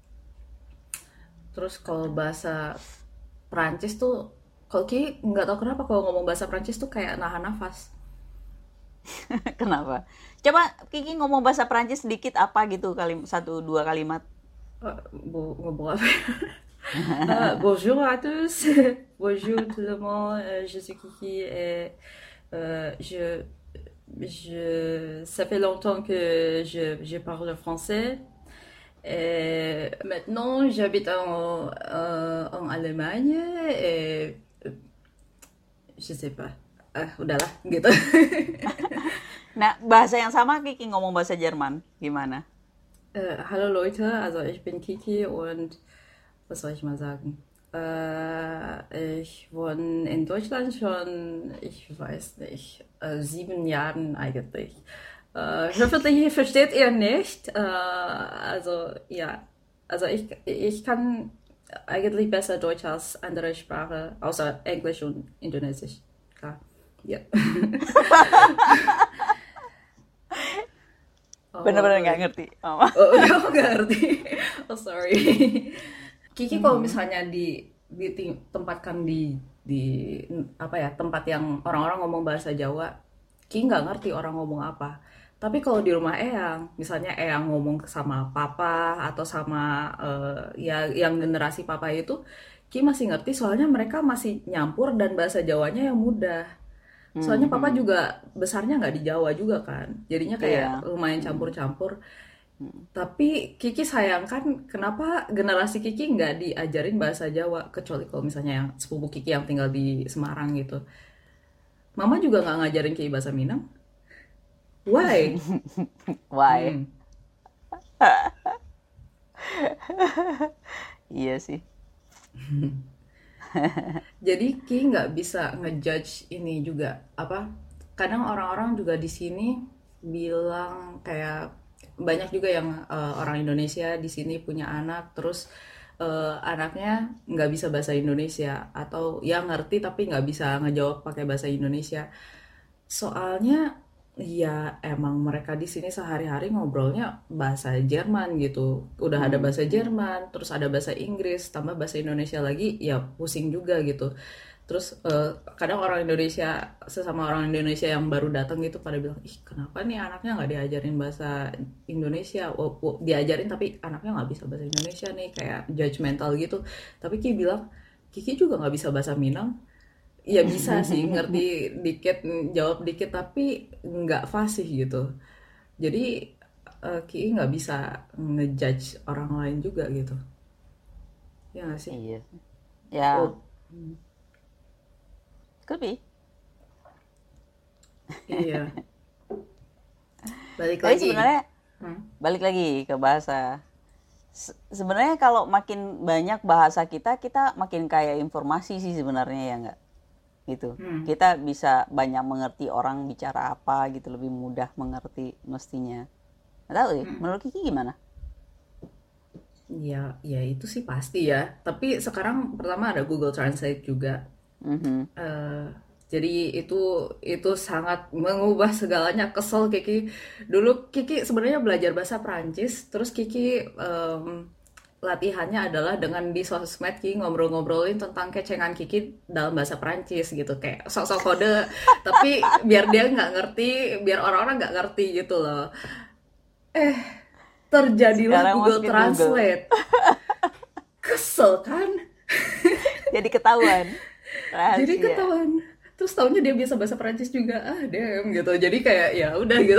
Speaker 1: Terus kalau bahasa Prancis tuh kalau Ki nggak tahu kenapa kalau ngomong bahasa Prancis tuh kayak nahan nafas.
Speaker 2: Kenapa? Coba Kiki ngomong bahasa Prancis sedikit apa gitu, satu dua kalimat.
Speaker 1: Ngomong apa? Bonjour à tous, bonjour tout le monde, je suis Kiki et ça fait longtemps que je parle français. Et maintenant, j'habite en Allemagne et je sais pas. Ah, udahlah gitu.
Speaker 2: Nah, bahasa yang sama Kiki ngomong bahasa Jerman gimana?
Speaker 1: Hallo Leute, also ich bin Kiki und was soll ich mal sagen? Ich wohne in Deutschland schon, ich weiß nicht, 7 Jahren eigentlich. Hoffentlich versteht ihr nicht. Also ja, also ich kann eigentlich besser Deutsch als andere Sprache, außer Englisch und Indonesisch. Klar. Ja.
Speaker 2: Bener-bener
Speaker 1: Oh,
Speaker 2: nggak ngerti. Mama.
Speaker 1: oh, aku nggak ngerti. Oh sorry. Kiki kalau
Speaker 2: Mhm.
Speaker 1: misalnya ditempatkan di apa ya tempat yang orang-orang ngomong bahasa Jawa, Kiki nggak ngerti orang ngomong apa. Tapi kalau di rumah Eyang, misalnya Eyang ngomong sama papa atau sama ya yang generasi papa itu, Kiki masih ngerti soalnya mereka masih nyampur dan bahasa Jawanya yang mudah. Soalnya papa
Speaker 2: Mhm.
Speaker 1: juga besarnya nggak di Jawa juga kan, jadinya kayak
Speaker 2: Iya.
Speaker 1: lumayan
Speaker 2: Mhm.
Speaker 1: campur-campur. Tapi Kiki sayangkan kenapa generasi Kiki nggak diajarin bahasa Jawa kecuali kalau misalnya yang sepupu Kiki yang tinggal di Semarang gitu. Mama juga nggak ngajarin Kiki bahasa Minang. Why?
Speaker 2: Why?
Speaker 1: Hmm.
Speaker 2: Iya sih.
Speaker 1: Jadi Kiki nggak bisa ngejudge ini juga apa? Kadang orang-orang juga di sini bilang kayak banyak juga yang orang Indonesia di sini punya anak terus anaknya nggak bisa bahasa Indonesia atau ya ngerti tapi nggak bisa ngejawab pakai bahasa Indonesia. Soalnya ya emang mereka di sini sehari-hari ngobrolnya bahasa Jerman gitu. Udah ada bahasa
Speaker 2: Mhm.
Speaker 1: Jerman, terus ada bahasa Inggris, tambah bahasa Indonesia lagi, ya pusing juga gitu. Terus kadang orang Indonesia sesama orang Indonesia yang baru datang gitu pada bilang, ih kenapa nih anaknya nggak diajarin bahasa Indonesia? Diajarin tapi anaknya nggak bisa bahasa Indonesia nih, kayak judgmental gitu. Tapi Kiki bilang, Kiki juga nggak bisa bahasa Minang. Ya bisa sih, ngerti dikit, jawab dikit, tapi nggak fasih gitu. Jadi Ki nggak bisa ngejudge orang lain juga gitu. Ya nggak sih?
Speaker 2: Iya. Ya,
Speaker 1: Oh
Speaker 2: could be.
Speaker 1: iya, balik
Speaker 2: Tapi
Speaker 1: lagi.
Speaker 2: sebenarnya
Speaker 1: Hmm?
Speaker 2: balik lagi ke bahasa. Sebenarnya kalau makin banyak bahasa kita, kita makin kaya informasi sih sebenarnya ya nggak? Gitu.
Speaker 1: Hmm.
Speaker 2: Kita bisa banyak mengerti orang bicara apa gitu, lebih mudah mengerti mestinya. Nggak tahu ya, menurut Kiki gimana?
Speaker 1: Ya, ya itu sih pasti ya. Tapi sekarang pertama ada Google Translate juga.
Speaker 2: Mhm.
Speaker 1: Eh, jadi itu sangat mengubah segalanya. Kesel Kiki. Dulu Kiki sebenarnya belajar bahasa Prancis, terus Kiki latihannya adalah dengan di sosmed Kiki ngobrol-ngobrolin tentang kecengan Kiki dalam bahasa Prancis gitu, kayak sok-sok kode, tapi biar dia nggak ngerti, biar orang-orang nggak ngerti gitu loh. Terjadilah
Speaker 2: Sekarang
Speaker 1: Google
Speaker 2: masukin Google.
Speaker 1: Translate. Kesel kan?
Speaker 2: Jadi ketahuan
Speaker 1: Jadi
Speaker 2: rahasia.
Speaker 1: ketahuan. Terus taunya dia bisa bahasa Prancis juga. Ah, damn gitu. Jadi kayak ya udah gitu.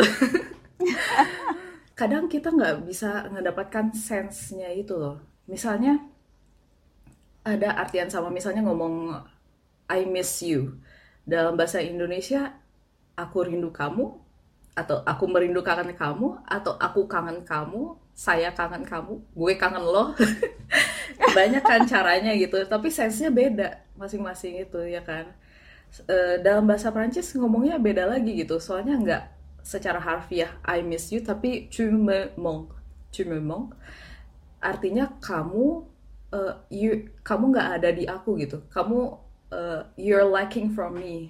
Speaker 1: Kadang kita nggak bisa ngedapatkan sense-nya itu loh. Misalnya ada artian sama, misalnya ngomong I miss you. Dalam bahasa Indonesia, aku rindu kamu, atau aku merindukan kamu, atau aku kangen kamu, saya kangen kamu, gue kangen lo. Banyak kan caranya gitu, tapi sense-nya beda masing-masing itu ya kan. Dalam bahasa Prancis ngomongnya beda lagi gitu, soalnya nggak secara harfiah I miss you, tapi tu me manques, artinya kamu, kamu nggak ada di aku gitu, kamu, you're lacking from me.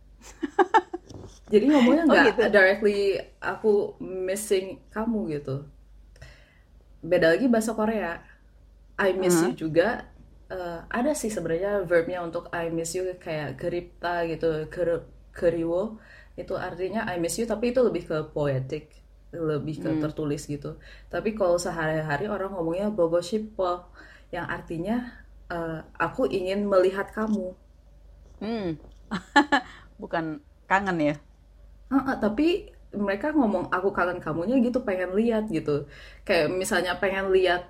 Speaker 1: Jadi ngomongnya
Speaker 2: Oh
Speaker 1: nggak
Speaker 2: gitu.
Speaker 1: directly aku missing kamu gitu. Beda lagi bahasa Korea, I miss you
Speaker 2: Heeh.
Speaker 1: juga, ada sih sebenarnya verbnya untuk I miss you, kayak geripta gitu, keriwo, itu artinya I miss you, tapi itu lebih ke poetic, lebih ke
Speaker 2: Hmm.
Speaker 1: tertulis gitu. Tapi kalau sehari-hari orang ngomongnya bogo shippo, yang artinya, aku ingin melihat kamu.
Speaker 2: Hmm. Bukan kangen ya.
Speaker 1: Tapi mereka ngomong aku kangen kamunya gitu, pengen lihat gitu. Kayak misalnya pengen lihat,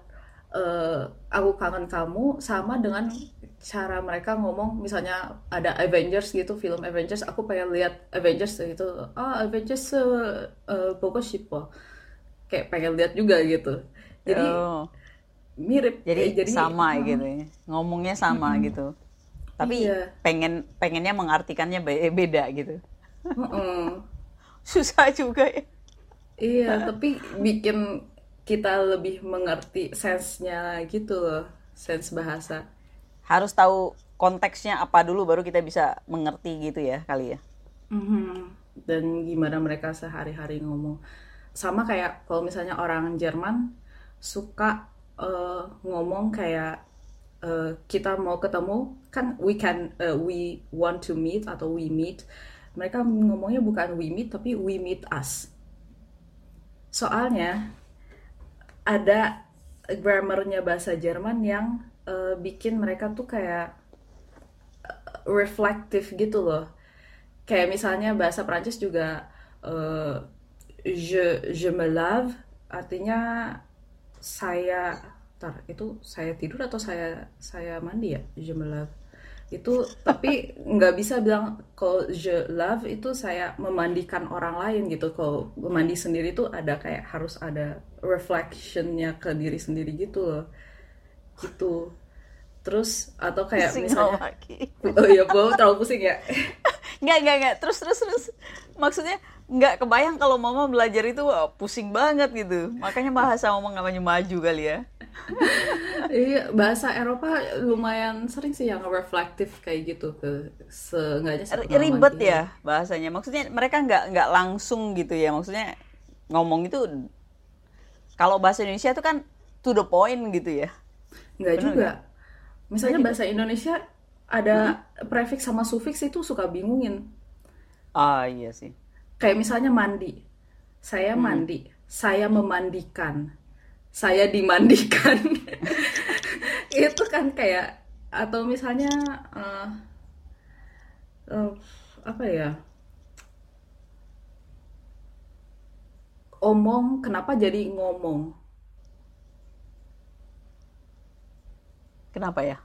Speaker 1: aku kangen kamu sama dengan cara mereka ngomong, misalnya ada Avengers gitu, film Avengers, aku pengen lihat Avengers gitu. Ah, Avengers, 보고 싶어. Kayak pengen lihat juga gitu. Jadi
Speaker 2: Oh,
Speaker 1: mirip,
Speaker 2: jadi
Speaker 1: jadi
Speaker 2: sama gitu ya. Ngomongnya sama gitu. Tapi
Speaker 1: iya,
Speaker 2: pengennya mengartikannya beda gitu.
Speaker 1: heeh.
Speaker 2: Susah juga ya.
Speaker 1: Iya, tapi bikin kita lebih mengerti sense-nya gitu loh, sense bahasa.
Speaker 2: Harus tahu konteksnya apa dulu baru kita bisa mengerti gitu ya kali ya.
Speaker 1: Mhm. Dan gimana mereka sehari-hari ngomong. Sama kayak kalau misalnya orang Jerman suka, ngomong kayak, kita mau ketemu kan, we want to meet atau we meet. Mereka ngomongnya bukan we meet tapi we meet us. Soalnya ada grammarnya bahasa Jerman yang, bikin mereka tuh kayak reflektif gitu loh. Kayak misalnya bahasa Prancis juga, eh, je me lave, artinya saya, tar itu saya tidur atau saya mandi ya, je me lave itu, tapi nggak bisa bilang kalau je lave itu saya memandikan orang lain gitu. Kalau mandi sendiri tuh ada kayak harus ada reflectionnya ke diri sendiri gitu loh, gitu. Terus atau kayak
Speaker 2: Pusing kalau
Speaker 1: misalnya,
Speaker 2: lagi.
Speaker 1: oh iya, bau terlalu pusing ya.
Speaker 2: Nggak. Terus, terus, terus. Maksudnya nggak kebayang kalau mama belajar itu wah, pusing banget gitu. Makanya bahasa mama nggak maju kali ya.
Speaker 1: Iya, bahasa Eropa lumayan sering sih yang reflektif kayak gitu, ke seenggaknya sepengalaman
Speaker 2: Ribet
Speaker 1: kita.
Speaker 2: ya bahasanya. Maksudnya mereka nggak langsung gitu ya. Maksudnya ngomong itu kalau bahasa Indonesia itu kan to the point gitu ya.
Speaker 1: Nggak
Speaker 2: Bener
Speaker 1: juga.
Speaker 2: nggak? Nggak
Speaker 1: Misalnya
Speaker 2: juga.
Speaker 1: bahasa Indonesia
Speaker 2: Heeh.
Speaker 1: ada prefix sama sufiks itu suka bingungin.
Speaker 2: Ah iya sih.
Speaker 1: Kayak misalnya mandi. Saya
Speaker 2: Mm-mm.
Speaker 1: mandi. Saya memandikan. Saya dimandikan. Itu kan kayak, atau misalnya, eh, eh, apa ya? Omong, kenapa jadi ngomong?
Speaker 2: Kenapa ya?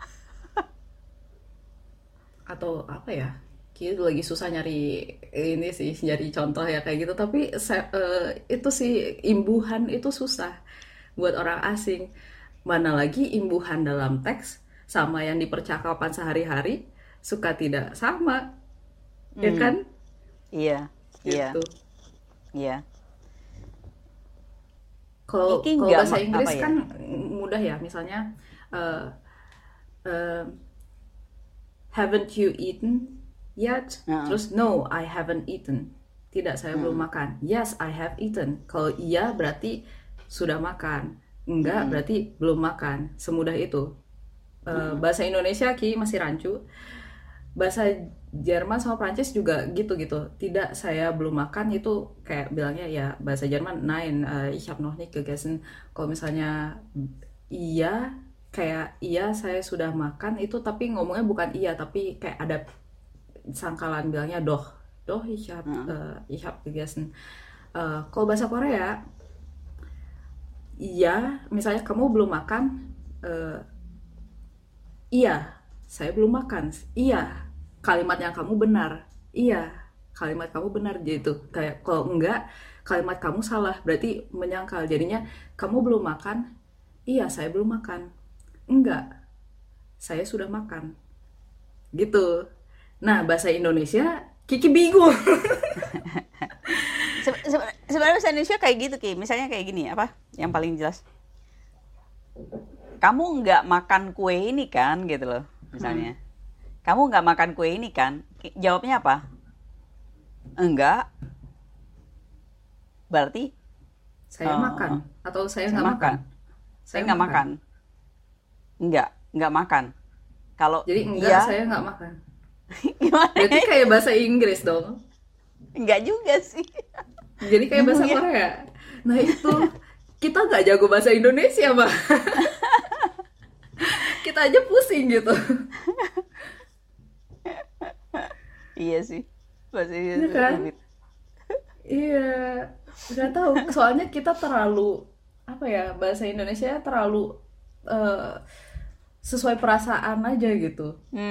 Speaker 1: Atau apa ya, kita lagi susah nyari ini sih, nyari contoh ya kayak gitu, tapi itu sih, imbuhan itu susah buat orang asing, mana lagi imbuhan dalam teks sama yang di percakapan sehari-hari suka tidak sama, ya
Speaker 2: Hmm.
Speaker 1: kan,
Speaker 2: Iya. Iya.
Speaker 1: gitu.
Speaker 2: Iya.
Speaker 1: Kalau
Speaker 2: Kiki
Speaker 1: kalau
Speaker 2: nggak
Speaker 1: bahasa
Speaker 2: apa
Speaker 1: Inggris
Speaker 2: ya?
Speaker 1: kan mudah ya, misalnya, eh, eh, haven't you eaten yet?
Speaker 2: Heeh.
Speaker 1: Terus no, I haven't eaten. Tidak, saya belum
Speaker 2: Heeh.
Speaker 1: makan. Yes, I have eaten. Kalau iya berarti sudah makan. Enggak
Speaker 2: Heeh.
Speaker 1: berarti belum makan. Semudah itu.
Speaker 2: Heeh.
Speaker 1: Bahasa Indonesia Ki masih rancu. Bahasa Jerman sama Prancis juga gitu-gitu. Tidak, saya belum makan itu kayak bilangnya ya bahasa Jerman nein, ich habe noch nicht gegessen. Kalau misalnya iya, kayak iya saya sudah makan itu, tapi ngomongnya bukan iya tapi kayak ada sangkalan bilangnya doh. Doh,
Speaker 2: Heeh.
Speaker 1: ich hab gegessen. Kalau bahasa Korea, iya, misalnya kamu belum makan, eh, Iya, saya belum makan. Iya, kalimat yang kamu benar. Iya, kalimat kamu benar gitu. Kayak kalau enggak, kalimat kamu salah. Berarti menyangkal. Jadinya kamu belum makan. Iya, saya belum makan. Enggak, saya sudah makan. Gitu. Nah, bahasa Indonesia Kiki bingung.
Speaker 2: Sebenarnya bahasa Indonesia kayak gitu Ki, misalnya kayak gini apa yang paling jelas, kamu nggak makan kue ini kan gitu loh,
Speaker 1: Hmm,
Speaker 2: misalnya kamu nggak makan kue ini kan, jawabnya apa? Enggak, berarti
Speaker 1: saya makan
Speaker 2: eh,
Speaker 1: atau saya
Speaker 2: saya
Speaker 1: nggak makan?
Speaker 2: makan, saya
Speaker 1: Saya
Speaker 2: nggak
Speaker 1: makan.
Speaker 2: makan, nggak makan. Kalau
Speaker 1: Jadi enggak,
Speaker 2: iya,
Speaker 1: saya nggak makan.
Speaker 2: gimana
Speaker 1: Berarti
Speaker 2: ya?
Speaker 1: kayak bahasa Inggris dong.
Speaker 2: Nggak juga sih.
Speaker 1: Jadi kayak
Speaker 2: Bingung
Speaker 1: bahasa
Speaker 2: ya.
Speaker 1: Korea. Nah itu kita nggak jago bahasa Indonesia, Mbak. Kita aja pusing gitu.
Speaker 2: Iya sih, bahasa
Speaker 1: Iya
Speaker 2: Indonesia
Speaker 1: kan?
Speaker 2: rumit.
Speaker 1: Iya. Nggak tahu. Soalnya kita terlalu apa ya, bahasa Indonesia terlalu eh, sesuai perasaan aja gitu.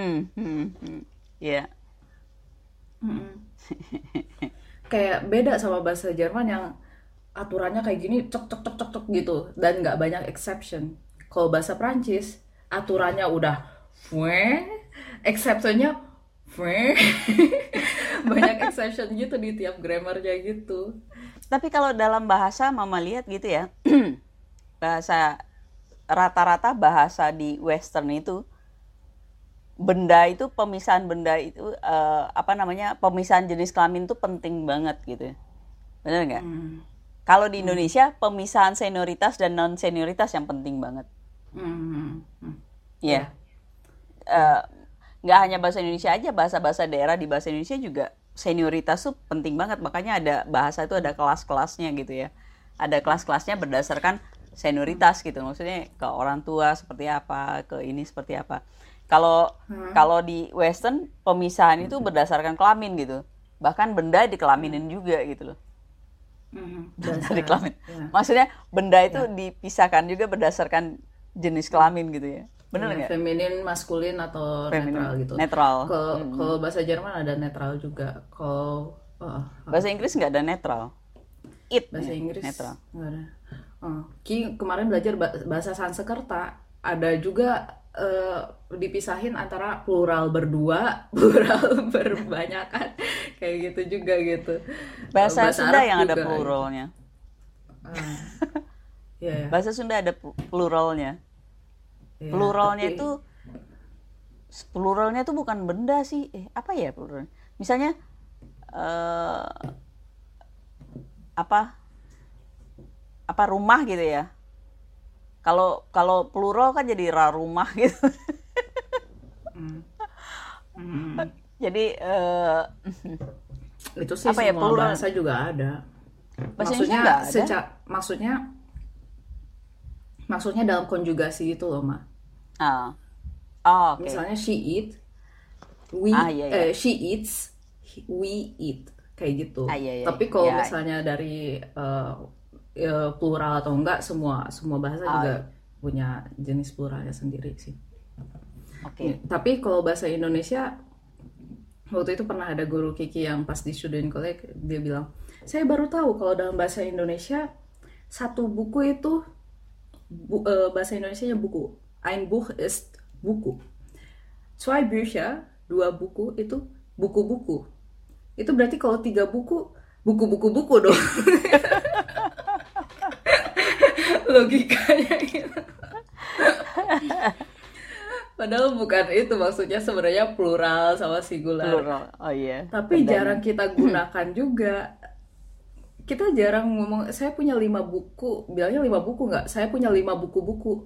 Speaker 2: Iya.
Speaker 1: Mm-mm. Kayak beda sama bahasa Jerman yang aturannya kayak gini cok cok cok cok cok gitu dan nggak banyak exception. Kalau bahasa Prancis aturannya udah fue, exceptionnya fue, banyak exception gitu di tiap grammarnya gitu.
Speaker 2: Tapi kalau dalam bahasa mama lihat gitu ya, bahasa rata-rata bahasa di Western itu, benda itu, pemisahan benda itu, apa namanya, pemisahan jenis kelamin itu penting banget gitu ya. Bener nggak?
Speaker 1: Hmm,
Speaker 2: Kalau di
Speaker 1: hmm,
Speaker 2: Indonesia pemisahan senioritas dan non senioritas yang penting banget.
Speaker 1: hmm, hmm.
Speaker 2: Iya.
Speaker 1: Ya, ya.
Speaker 2: Eh, nggak hanya bahasa Indonesia aja, bahasa-bahasa daerah di bahasa Indonesia juga senioritas tuh penting banget. Makanya ada bahasa itu ada kelas-kelasnya gitu ya. Ada kelas-kelasnya berdasarkan senioritas gitu. Maksudnya ke orang tua seperti apa, ke ini seperti apa. Kalau
Speaker 1: Hmm,
Speaker 2: kalau di Western pemisahan itu berdasarkan kelamin gitu. Bahkan benda
Speaker 1: hmm,
Speaker 2: dikelaminin juga gitu loh. Benda
Speaker 1: Dasar,
Speaker 2: dikelamin.
Speaker 1: ya,
Speaker 2: Maksudnya benda itu
Speaker 1: ya.
Speaker 2: dipisahkan juga berdasarkan jenis kelamin gitu ya. Bener
Speaker 1: Iya,
Speaker 2: nggak?
Speaker 1: feminin, maskulin atau netral
Speaker 2: Feminin,
Speaker 1: gitu.
Speaker 2: netral.
Speaker 1: Kalau bahasa Jerman ada netral juga. Kalau
Speaker 2: Bahasa Inggris nggak ada netral. It
Speaker 1: bahasa
Speaker 2: ya,
Speaker 1: Inggris
Speaker 2: netral.
Speaker 1: nggak ada. Ki kemarin belajar bahasa Sanskerta ada juga dipisahin antara plural berdua, plural berbanyakan, kayak gitu juga gitu.
Speaker 2: Bahasa
Speaker 1: Bahasa
Speaker 2: Sunda
Speaker 1: Arab
Speaker 2: yang ada
Speaker 1: juga gitu.
Speaker 2: pluralnya.
Speaker 1: Ah, iya ya,
Speaker 2: Bahasa Sunda ada pluralnya.
Speaker 1: iya.
Speaker 2: Pluralnya
Speaker 1: Tapi
Speaker 2: itu pluralnya itu bukan benda sih. Apa ya pluralnya? Misalnya eh, apa apa rumah gitu ya. Kalau kalau plural kan jadi rumah gitu.
Speaker 1: mm, mm,
Speaker 2: Jadi
Speaker 1: itu sih
Speaker 2: apa ya
Speaker 1: semua
Speaker 2: plural?
Speaker 1: bahasa juga ada.
Speaker 2: Bahasa Indonesia
Speaker 1: Maksudnya
Speaker 2: nggak ada.
Speaker 1: maksudnya dalam konjugasi itu loh, Ma.
Speaker 2: Ah, oh, oke.
Speaker 1: Misalnya
Speaker 2: Ah, iya iya.
Speaker 1: she eats, we eat, kayak
Speaker 2: Ah,
Speaker 1: gitu.
Speaker 2: iya iya.
Speaker 1: Tapi kalau
Speaker 2: Ya.
Speaker 1: misalnya dari plural atau enggak, semua semua bahasa
Speaker 2: Ah,
Speaker 1: juga punya jenis pluralnya sendiri sih.
Speaker 2: oke.
Speaker 1: Tapi kalau bahasa Indonesia, waktu itu pernah ada guru Kiki yang pas di student college, dia bilang, saya baru tahu kalau dalam bahasa Indonesia satu buku itu bahasa Indonesianya buku. Ein Buch ist buku. Zwei Bücher, dua buku itu buku-buku. Itu berarti kalau tiga buku, buku-buku-buku dong. Logikanya gitu. Padahal bukan itu maksudnya, sebenarnya plural sama singular.
Speaker 2: Plural. Oh iya,
Speaker 1: Tapi
Speaker 2: bendanya.
Speaker 1: jarang kita gunakan juga. Kita jarang ngomong, saya punya 5 buku. Bilangnya 5 buku nggak? Saya punya 5 buku-buku.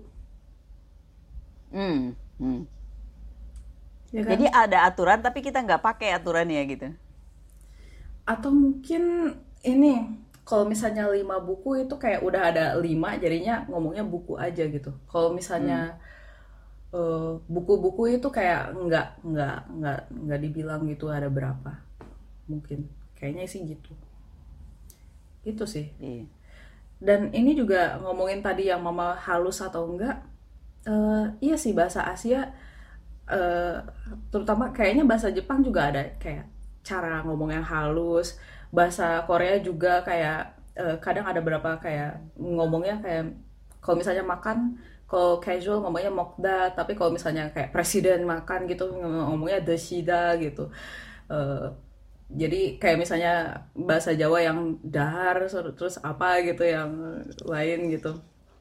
Speaker 2: Hmm, hmm.
Speaker 1: Ya
Speaker 2: Jadi
Speaker 1: kan?
Speaker 2: ada aturan tapi kita nggak pakai aturannya gitu.
Speaker 1: Atau mungkin ini, kalau misalnya 5 buku itu kayak udah ada 5, jadinya ngomongnya buku aja gitu. Kalau
Speaker 2: Hmm.
Speaker 1: misalnya buku-buku itu kayak nggak dibilang gitu ada berapa. Mungkin kayaknya sih gitu. Gitu sih.
Speaker 2: Iya.
Speaker 1: Dan ini juga ngomongin tadi yang mama halus atau enggak. Iya sih, bahasa Asia eh, terutama kayaknya bahasa Jepang juga ada kayak cara ngomong yang halus. Bahasa Korea juga kayak kadang ada beberapa kayak ngomongnya kayak kalau misalnya makan, kalau casual ngomongnya mokda, tapi kalau misalnya kayak presiden makan gitu ngomongnya deshida gitu. Eh, jadi kayak misalnya bahasa Jawa yang dahar terus apa gitu yang lain gitu.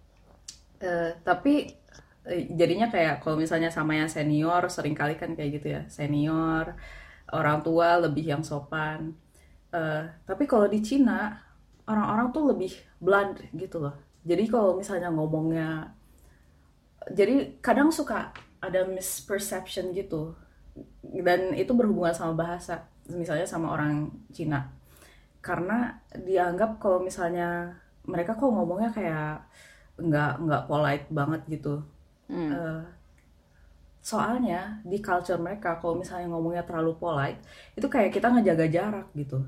Speaker 1: Tapi jadinya kayak kalau misalnya sama yang senior sering kali kan kayak gitu ya, senior orang tua lebih yang sopan. Tapi kalau di Cina orang-orang tuh lebih blunt gitu loh. Jadi kalau misalnya ngomongnya, jadi kadang suka ada misperception gitu, dan itu berhubungan sama bahasa, misalnya sama orang Cina, karena dianggap kalau misalnya mereka kok ngomongnya kayak nggak polite banget gitu.
Speaker 2: Hmm.
Speaker 1: Eh, Soalnya di culture mereka kalau misalnya ngomongnya terlalu polite itu kayak kita ngejaga jarak gitu.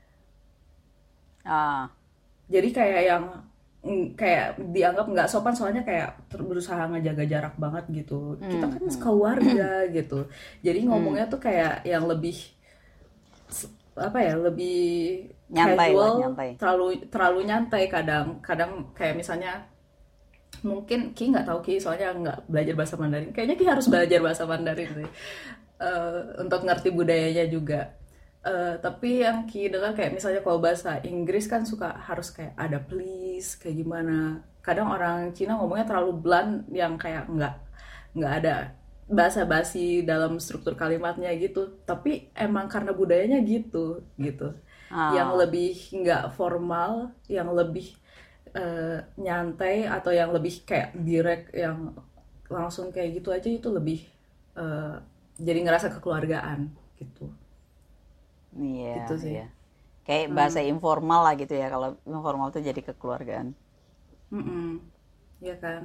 Speaker 2: Ah.
Speaker 1: Jadi kayak yang kayak dianggap nggak sopan soalnya kayak berusaha ngejaga jarak banget gitu. Kita
Speaker 2: Hmm.
Speaker 1: kan
Speaker 2: Hmm.
Speaker 1: sekeluarga gitu. Jadi
Speaker 2: Hmm.
Speaker 1: ngomongnya tuh kayak yang lebih apa ya, lebih
Speaker 2: Nyantai lah,
Speaker 1: casual,
Speaker 2: nyantai.
Speaker 1: terlalu terlalu nyantai. Kadang kadang kayak misalnya mungkin Ki nggak tahu, Ki soalnya nggak belajar bahasa Mandarin, kayaknya Ki harus belajar bahasa Mandarin sih. Untuk ngerti budayanya juga. Tapi yang Ki dengar kayak misalnya kalau bahasa Inggris kan suka harus kayak ada please kayak gimana, kadang orang Cina ngomongnya terlalu blunt yang kayak nggak ada basa-basi dalam struktur kalimatnya gitu, tapi emang karena budayanya gitu gitu, yang
Speaker 2: Ah.
Speaker 1: lebih nggak formal, yang lebih nyantai, atau yang lebih kayak direct, yang langsung kayak gitu aja, itu lebih eh, jadi ngerasa kekeluargaan gitu.
Speaker 2: Iya,
Speaker 1: Gitu sih.
Speaker 2: iya. Kayak bahasa informal lah gitu ya. Kalau informal tuh jadi kekeluargaan.
Speaker 1: Mm-mm. Ya kan,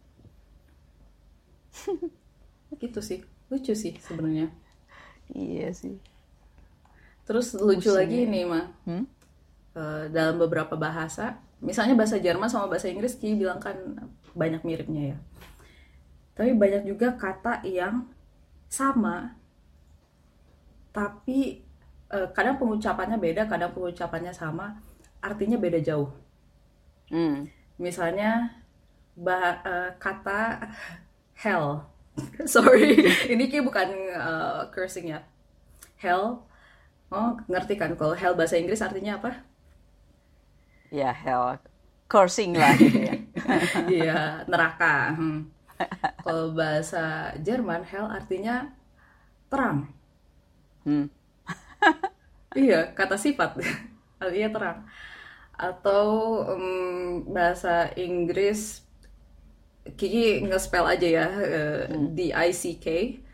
Speaker 1: gitu sih, lucu sih sebenarnya.
Speaker 2: Iya sih.
Speaker 1: Terus lucu
Speaker 2: Pusing
Speaker 1: lagi
Speaker 2: ya.
Speaker 1: nih mah,
Speaker 2: Hmm?
Speaker 1: dalam beberapa bahasa, misalnya bahasa Jerman sama bahasa Inggris, Ki bilang kan banyak miripnya ya, tapi banyak juga kata yang sama tapi kadang pengucapannya beda, kadang pengucapannya sama, artinya beda jauh.
Speaker 2: Hmm.
Speaker 1: Misalnya kata hell. Sorry, ini kayak bukan cursing ya. Hell, oh ngerti kan kalau hell bahasa Inggris artinya apa?
Speaker 2: Ya, hell. Cursing lah gitu ya.
Speaker 1: Iya, neraka. Kalau bahasa Jerman, hell artinya terang.
Speaker 2: Hmm.
Speaker 1: Iya, kata sifat. Artinya terang. Atau bahasa Inggris, Kiki nge-spell aja ya,
Speaker 2: Hmm.
Speaker 1: DICK.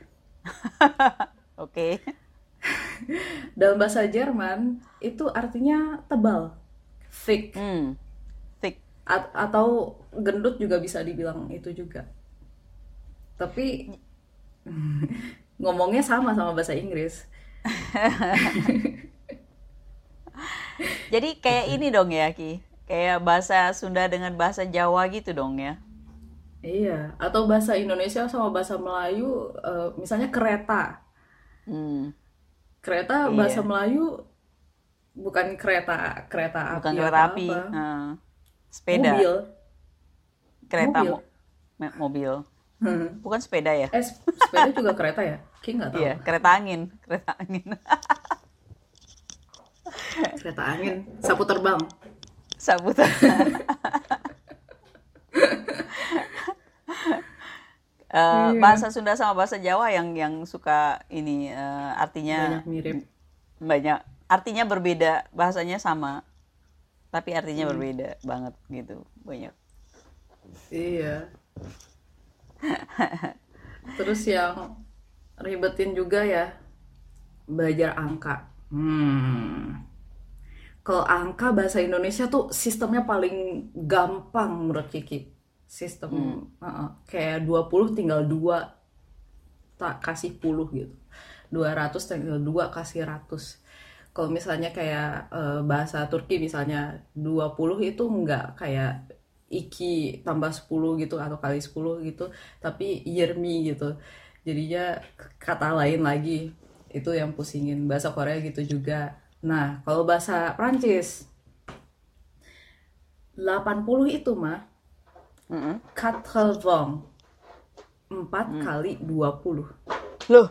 Speaker 2: Oke.
Speaker 1: Dalam bahasa Jerman itu artinya tebal, thick.
Speaker 2: Hmm. Thick.
Speaker 1: Atau gendut juga bisa dibilang itu juga. Tapi ngomongnya sama sama bahasa Inggris.
Speaker 2: Jadi kayak
Speaker 1: Gitu.
Speaker 2: ini dong ya, Ki. Kayak bahasa Sunda dengan bahasa Jawa gitu dong ya.
Speaker 1: Iya, atau bahasa Indonesia sama bahasa Melayu, misalnya kereta.
Speaker 2: Hmm.
Speaker 1: Kereta bahasa
Speaker 2: Iya.
Speaker 1: Melayu bukan kereta kereta
Speaker 2: Bukan
Speaker 1: api
Speaker 2: kereta
Speaker 1: atau
Speaker 2: api.
Speaker 1: apa.
Speaker 2: Sepeda.
Speaker 1: Mobil,
Speaker 2: Kereta
Speaker 1: mobil.
Speaker 2: mobil. Bukan sepeda ya?
Speaker 1: Sepeda juga kereta ya? Ki nggak tahu.
Speaker 2: Iya, kereta angin. Kereta angin.
Speaker 1: Kereta angin, sapu terbang.
Speaker 2: Sabutan.
Speaker 1: Iya,
Speaker 2: Bahasa Sunda sama bahasa Jawa yang suka ini artinya
Speaker 1: banyak mirip.
Speaker 2: banyak, artinya berbeda, bahasanya sama tapi artinya berbeda banget gitu, banyak.
Speaker 1: Iya. Terus yang ribetin juga ya, belajar angka. Kalau angka bahasa Indonesia tuh sistemnya paling gampang menurut Kiki.
Speaker 2: Hmm.
Speaker 1: Sistem kayak 20 tinggal 2 tak kasih puluh gitu. 200 tinggal 2 kasih ratus. Kalau misalnya kayak bahasa Turki misalnya 20 itu nggak kayak iki tambah 10 gitu atau kali 10 gitu, tapi 20 gitu. jadinya kata lain lagi itu yang pusingin. Bahasa Korea gitu juga. Nah kalau bahasa Prancis 80 itu mah
Speaker 2: Mm-mm.
Speaker 1: 80, 4 kali 20.
Speaker 2: Loh,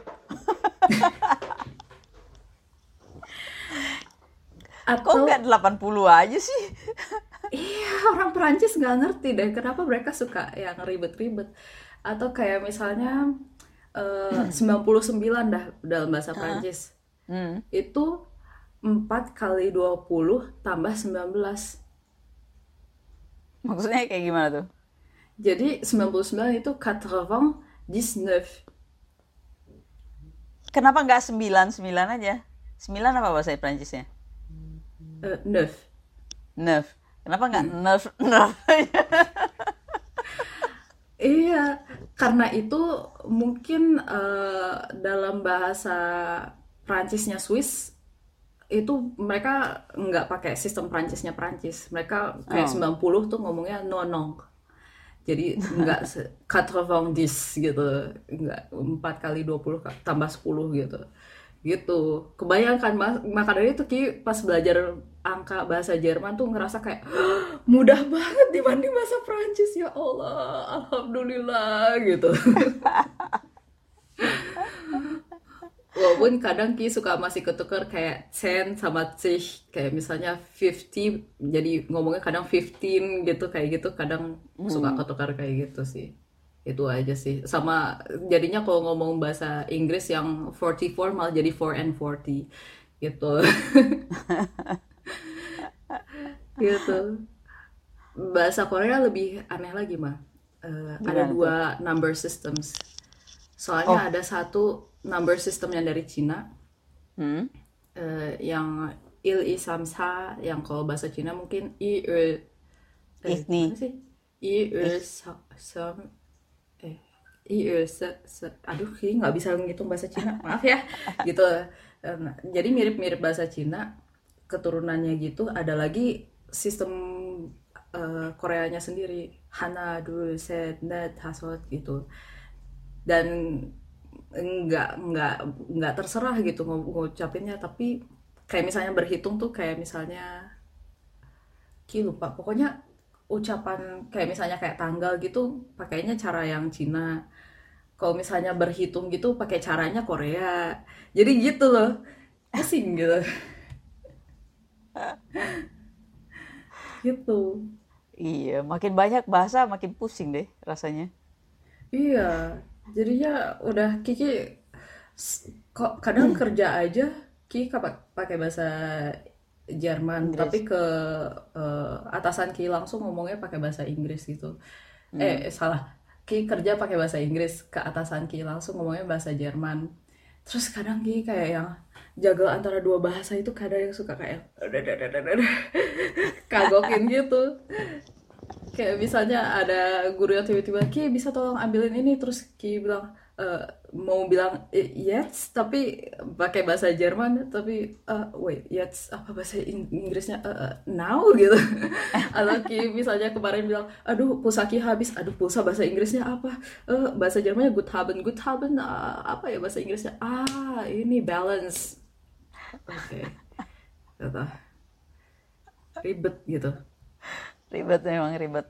Speaker 2: kok
Speaker 1: Atau
Speaker 2: nggak 80 aja sih?
Speaker 1: iya, orang Perancis nggak ngerti deh kenapa mereka suka yang ribet-ribet. Atau kayak misalnya 99 dah dalam bahasa
Speaker 2: Heeh.
Speaker 1: Perancis.
Speaker 2: Hmm.
Speaker 1: Itu 4 kali 20 tambah 19.
Speaker 2: Maksudnya kayak gimana tuh?
Speaker 1: Jadi 99 itu 99.
Speaker 2: Kenapa nggak 99 aja? 9 apa bahasa Prancisnya?
Speaker 1: Neuf.
Speaker 2: Neuf. Kenapa nggak neuf neuf aja?
Speaker 1: Iya, karena itu mungkin dalam bahasa Prancisnya Swiss itu mereka nggak pakai sistem Prancisnya Prancis. Mereka kayak
Speaker 2: Oh.
Speaker 1: 90 tuh ngomongnya nonong. Jadi nggak 90 gitu. Nggak 4 kali 20 tambah 10 gitu. Gitu. Kebayangkan maka dari itu Ki pas belajar angka bahasa Jerman tuh ngerasa kayak mudah banget dibanding bahasa Prancis, ya Allah, alhamdulillah gitu. Walaupun kadang Ki suka masih ketukar kayak sen sama sich, kayak misalnya 50 jadi ngomongnya kadang 15 gitu, kayak gitu kadang suka
Speaker 2: Hmm.
Speaker 1: ketukar kayak gitu sih. Itu aja sih. Sama jadinya kalau ngomong bahasa Inggris yang 44 malah jadi 4 and 40 gitu. Gitu. Bahasa Korea lebih aneh lagi mah. Ada
Speaker 2: Gimana tuh?
Speaker 1: dua number systems. Soalnya
Speaker 2: Oh.
Speaker 1: ada satu number system yang dari Cina,
Speaker 2: Hmm.
Speaker 1: yang il i samsa, yang kalau bahasa Cina mungkin i e, gimana
Speaker 2: Ini.
Speaker 1: sih? I
Speaker 2: Ih.
Speaker 1: e sam, i e aduh, kayaknya nggak bisa ngitung bahasa Cina, maaf ya, gitu. Nah, jadi mirip-mirip bahasa Cina, keturunannya gitu. Ada lagi sistem Koreanya sendiri, hana, dul, set, net, hasot gitu. Dan nggak nggak terserah gitu ngucapinnya, tapi kayak misalnya berhitung tuh kayak misalnya Ki lupa pokoknya ucapan kayak misalnya kayak tanggal gitu pakainya cara yang Cina, kalau misalnya berhitung gitu pakai caranya Korea, jadi gitu loh, pusing gitu. Gitu.
Speaker 2: Iya, makin banyak bahasa makin pusing deh rasanya.
Speaker 1: Iya, jadinya udah Kiki kok kadang kerja aja Ki pakai bahasa Jerman, tapi
Speaker 2: Inggris.
Speaker 1: ke atasan Ki langsung ngomongnya pakai bahasa Inggris gitu.
Speaker 2: Hmm.
Speaker 1: Salah. Ki kerja pakai bahasa Inggris, ke atasan Ki langsung ngomongnya bahasa Jerman. Terus kadang Ki kayak yang jaga antara dua bahasa itu, kadang yang suka kayak kagokin gitu. Kayak misalnya ada guru yang tiba-tiba Ki bisa tolong ambilin ini, terus Ki bilang mau bilang yes tapi pakai bahasa Jerman, tapi wait, yes apa bahasa Inggrisnya, now gitu. Atau Ki misalnya kemarin bilang aduh pulsa Ki habis, aduh pulsa bahasa Inggrisnya apa, bahasa Jermannya good haben, good haben, apa ya bahasa Inggrisnya, ini balance, oke. Gitu. Ribet gitu.
Speaker 2: Ribet memang ribet.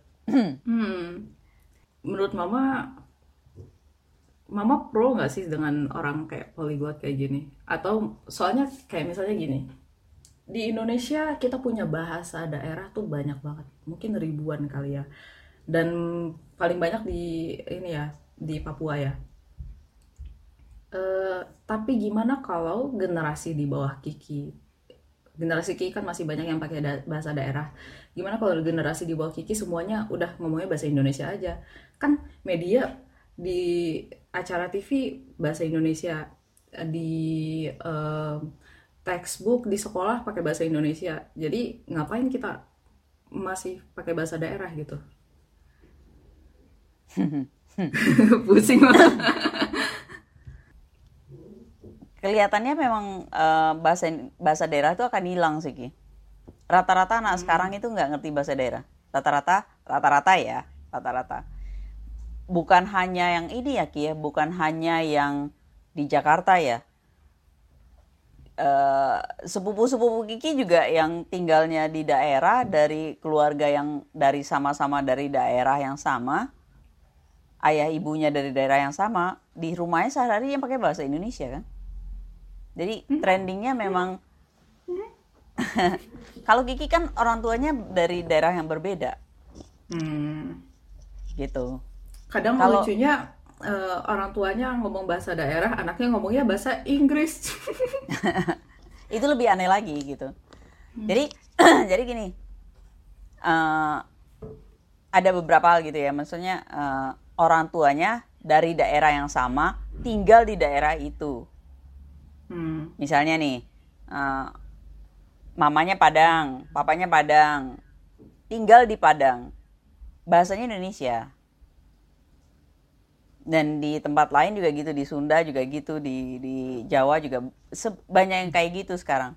Speaker 1: Menurut Mama, Mama pro nggak sih dengan orang kayak polyglot kayak gini? Atau soalnya kayak misalnya gini, di Indonesia kita punya bahasa daerah tuh banyak banget, mungkin ribuan kali ya. Dan paling banyak di ini ya, di Papua ya. Tapi gimana kalau generasi di bawah Kiki? Generasi Kiki kan masih banyak yang pakai bahasa daerah. Gimana kalau generasi di bawah Kiki semuanya udah ngomongnya bahasa Indonesia aja? Kan media di acara TV bahasa Indonesia, di textbook di sekolah pakai bahasa Indonesia. Jadi ngapain kita masih pakai bahasa daerah gitu? Pusing banget.
Speaker 2: Kelihatannya memang bahasa bahasa daerah itu akan hilang sih, Ki. Rata-rata anak sekarang itu nggak ngerti bahasa daerah. Rata-rata ya, rata-rata. bukan hanya yang ini ya Ki ya, bukan hanya yang di Jakarta ya. Sepupu-sepupu Kiki juga yang tinggalnya di daerah dari keluarga yang dari sama-sama dari daerah yang sama, ayah ibunya dari daerah yang sama, di rumahnya sehari-hari yang pakai bahasa Indonesia kan. Jadi trendingnya memang kalau Kiki kan orang tuanya dari daerah yang berbeda
Speaker 1: Hmm.
Speaker 2: gitu.
Speaker 1: Kadang
Speaker 2: Kalau
Speaker 1: lucunya orang tuanya ngomong bahasa daerah, anaknya ngomongnya bahasa Inggris.
Speaker 2: itu lebih aneh lagi gitu. Jadi jadi gini, eh, ada beberapa hal gitu ya. Maksudnya orang tuanya dari daerah yang sama tinggal di daerah itu.
Speaker 1: Hmm.
Speaker 2: Misalnya nih, eh, mamanya Padang, papanya Padang, tinggal di Padang, bahasanya Indonesia. Dan di tempat lain juga gitu, di Sunda juga gitu, di Jawa juga banyak yang kayak gitu sekarang.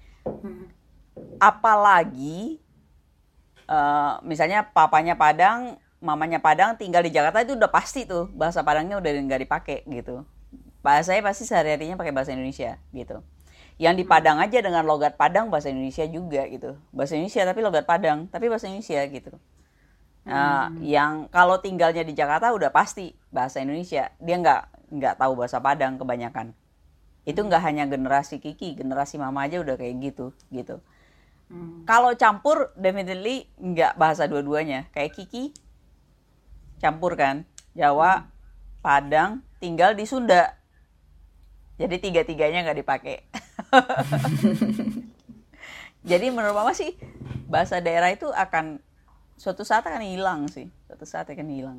Speaker 2: Apalagi misalnya papanya Padang, mamanya Padang, tinggal di Jakarta, itu udah pasti tuh bahasa Padangnya udah nggak dipakai gitu. Bahasanya pasti sehari-harinya pakai bahasa Indonesia gitu. Yang di Padang aja dengan logat Padang bahasa Indonesia juga gitu. Bahasa Indonesia tapi logat Padang, tapi bahasa Indonesia gitu. Yang kalau tinggalnya di Jakarta udah pasti bahasa Indonesia, dia nggak tahu bahasa Padang kebanyakan. Itu nggak hanya generasi Kiki, generasi mama aja udah kayak gitu gitu. Kalau campur definitely nggak bahasa dua-duanya. Kayak Kiki campur kan, Jawa, Padang, tinggal di Sunda. Jadi tiga-tiganya nggak dipakai. Jadi menurut mama sih bahasa daerah itu akan suatu saat akan hilang sih, suatu saat akan hilang.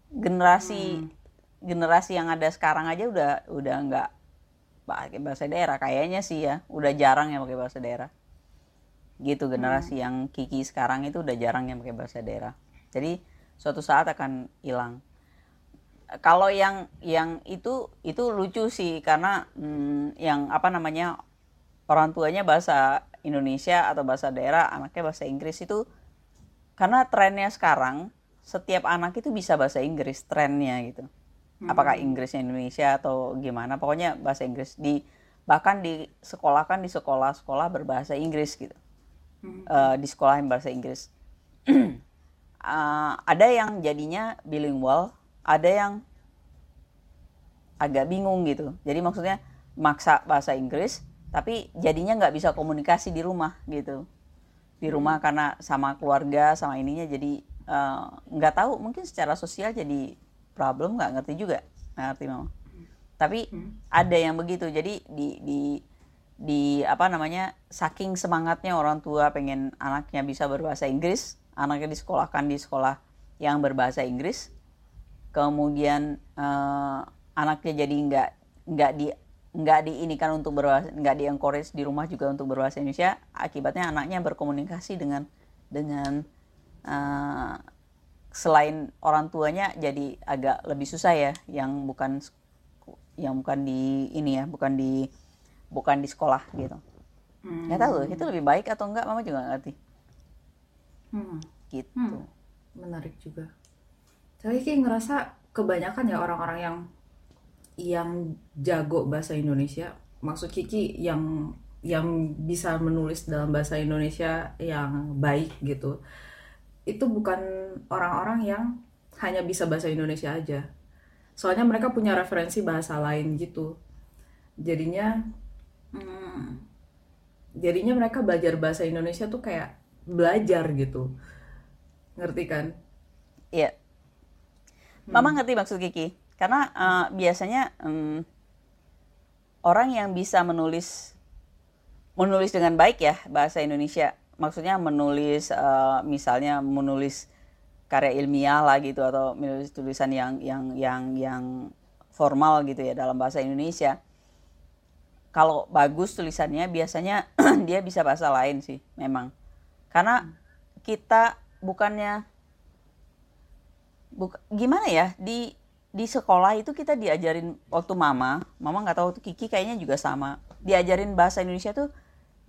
Speaker 2: Generasi yang ada sekarang aja udah nggak pakai bahasa daerah kayaknya sih ya, udah jarang yang pakai bahasa daerah. Gitu, generasi yang Kiki sekarang itu udah jarang yang pakai bahasa daerah. Jadi suatu saat akan hilang. Kalau yang itu lucu sih karena yang apa namanya orang tuanya bahasa Indonesia atau bahasa daerah, anaknya bahasa Inggris itu karena trennya sekarang setiap anak itu bisa bahasa Inggris trennya gitu. Apakah Inggrisnya Indonesia atau gimana, pokoknya bahasa Inggris bahkan di sekolah kan di sekolah-sekolah berbahasa Inggris gitu. Di sekolah yang bahasa Inggris. Ada yang jadinya bilingual, ada yang agak bingung gitu. Jadi maksudnya maksa bahasa Inggris, tapi jadinya nggak bisa komunikasi di rumah gitu. Di rumah karena sama keluarga sama ininya jadi nggak tahu, mungkin secara sosial jadi problem, nggak ngerti juga, nggak ngerti mama. Tapi ada yang begitu. Jadi di apa namanya, saking semangatnya orang tua pengen anaknya bisa berbahasa Inggris, anaknya disekolahkan di sekolah yang berbahasa Inggris, kemudian anaknya jadi nggak diinikan untuk berbahasa, nggak di-encourage di rumah juga untuk berbahasa Indonesia. Akibatnya anaknya berkomunikasi dengan selain orang tuanya jadi agak lebih susah ya, yang bukan di ini ya, bukan di sekolah gitu. Nggak tahu itu lebih baik atau enggak, mama juga nggak ngerti. Gitu.
Speaker 1: Menarik juga. Saya kayak ngerasa kebanyakan ya orang-orang yang jago bahasa Indonesia, maksud Kiki yang bisa menulis dalam bahasa Indonesia yang baik gitu, itu bukan orang-orang yang hanya bisa bahasa Indonesia aja. Soalnya mereka punya referensi bahasa lain gitu. Jadinya mereka belajar bahasa Indonesia tuh kayak belajar gitu. Ngerti kan?
Speaker 2: Iya. Mama ngerti maksud Kiki. Karena biasanya orang yang bisa menulis dengan baik ya bahasa Indonesia, maksudnya menulis misalnya menulis karya ilmiah lah gitu, atau menulis tulisan yang formal gitu ya dalam bahasa Indonesia. Kalau bagus tulisannya biasanya dia bisa bahasa lain sih memang. Karena kita gimana ya, di sekolah itu kita diajarin, waktu mama nggak tahu tuh, Kiki kayaknya juga sama, diajarin bahasa Indonesia tuh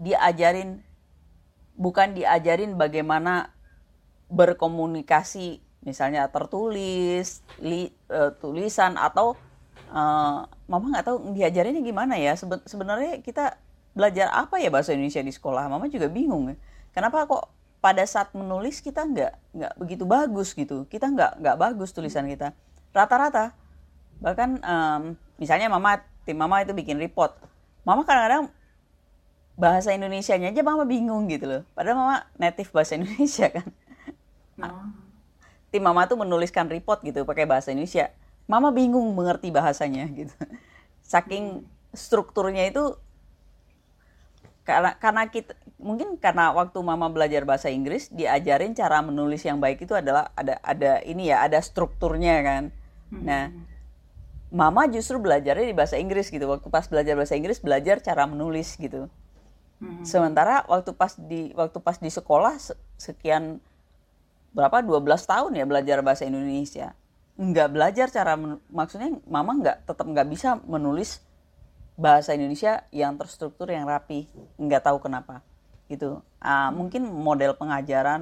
Speaker 2: bukan diajarin bagaimana berkomunikasi misalnya tertulis, tulisan atau mama nggak tahu diajarinnya gimana ya. Sebenarnya kita belajar apa ya bahasa Indonesia di sekolah? Mama juga bingung ya. Kenapa kok pada saat menulis kita nggak begitu bagus gitu? Kita nggak bagus tulisan kita. Rata-rata. Bahkan misalnya tim mama itu bikin report. Mama kadang-kadang bahasa Indonesianya aja mama bingung gitu loh. Padahal mama native bahasa Indonesia kan.
Speaker 1: Oh.
Speaker 2: Tim mama tuh menuliskan report gitu pakai bahasa Indonesia. Mama bingung mengerti bahasanya gitu. Saking strukturnya itu karena kita mungkin karena waktu mama belajar bahasa Inggris diajarin cara menulis yang baik itu adalah ada ini ya, ada strukturnya kan. Nah, mama justru belajarnya di bahasa Inggris gitu. Waktu pas belajar bahasa Inggris belajar cara menulis gitu. Sementara waktu pas di sekolah sekian berapa 12 tahun ya belajar bahasa Indonesia. Nggak belajar maksudnya mama tetap nggak bisa menulis bahasa Indonesia yang terstruktur, yang rapi. Nggak tahu kenapa gitu. Mungkin model pengajaran,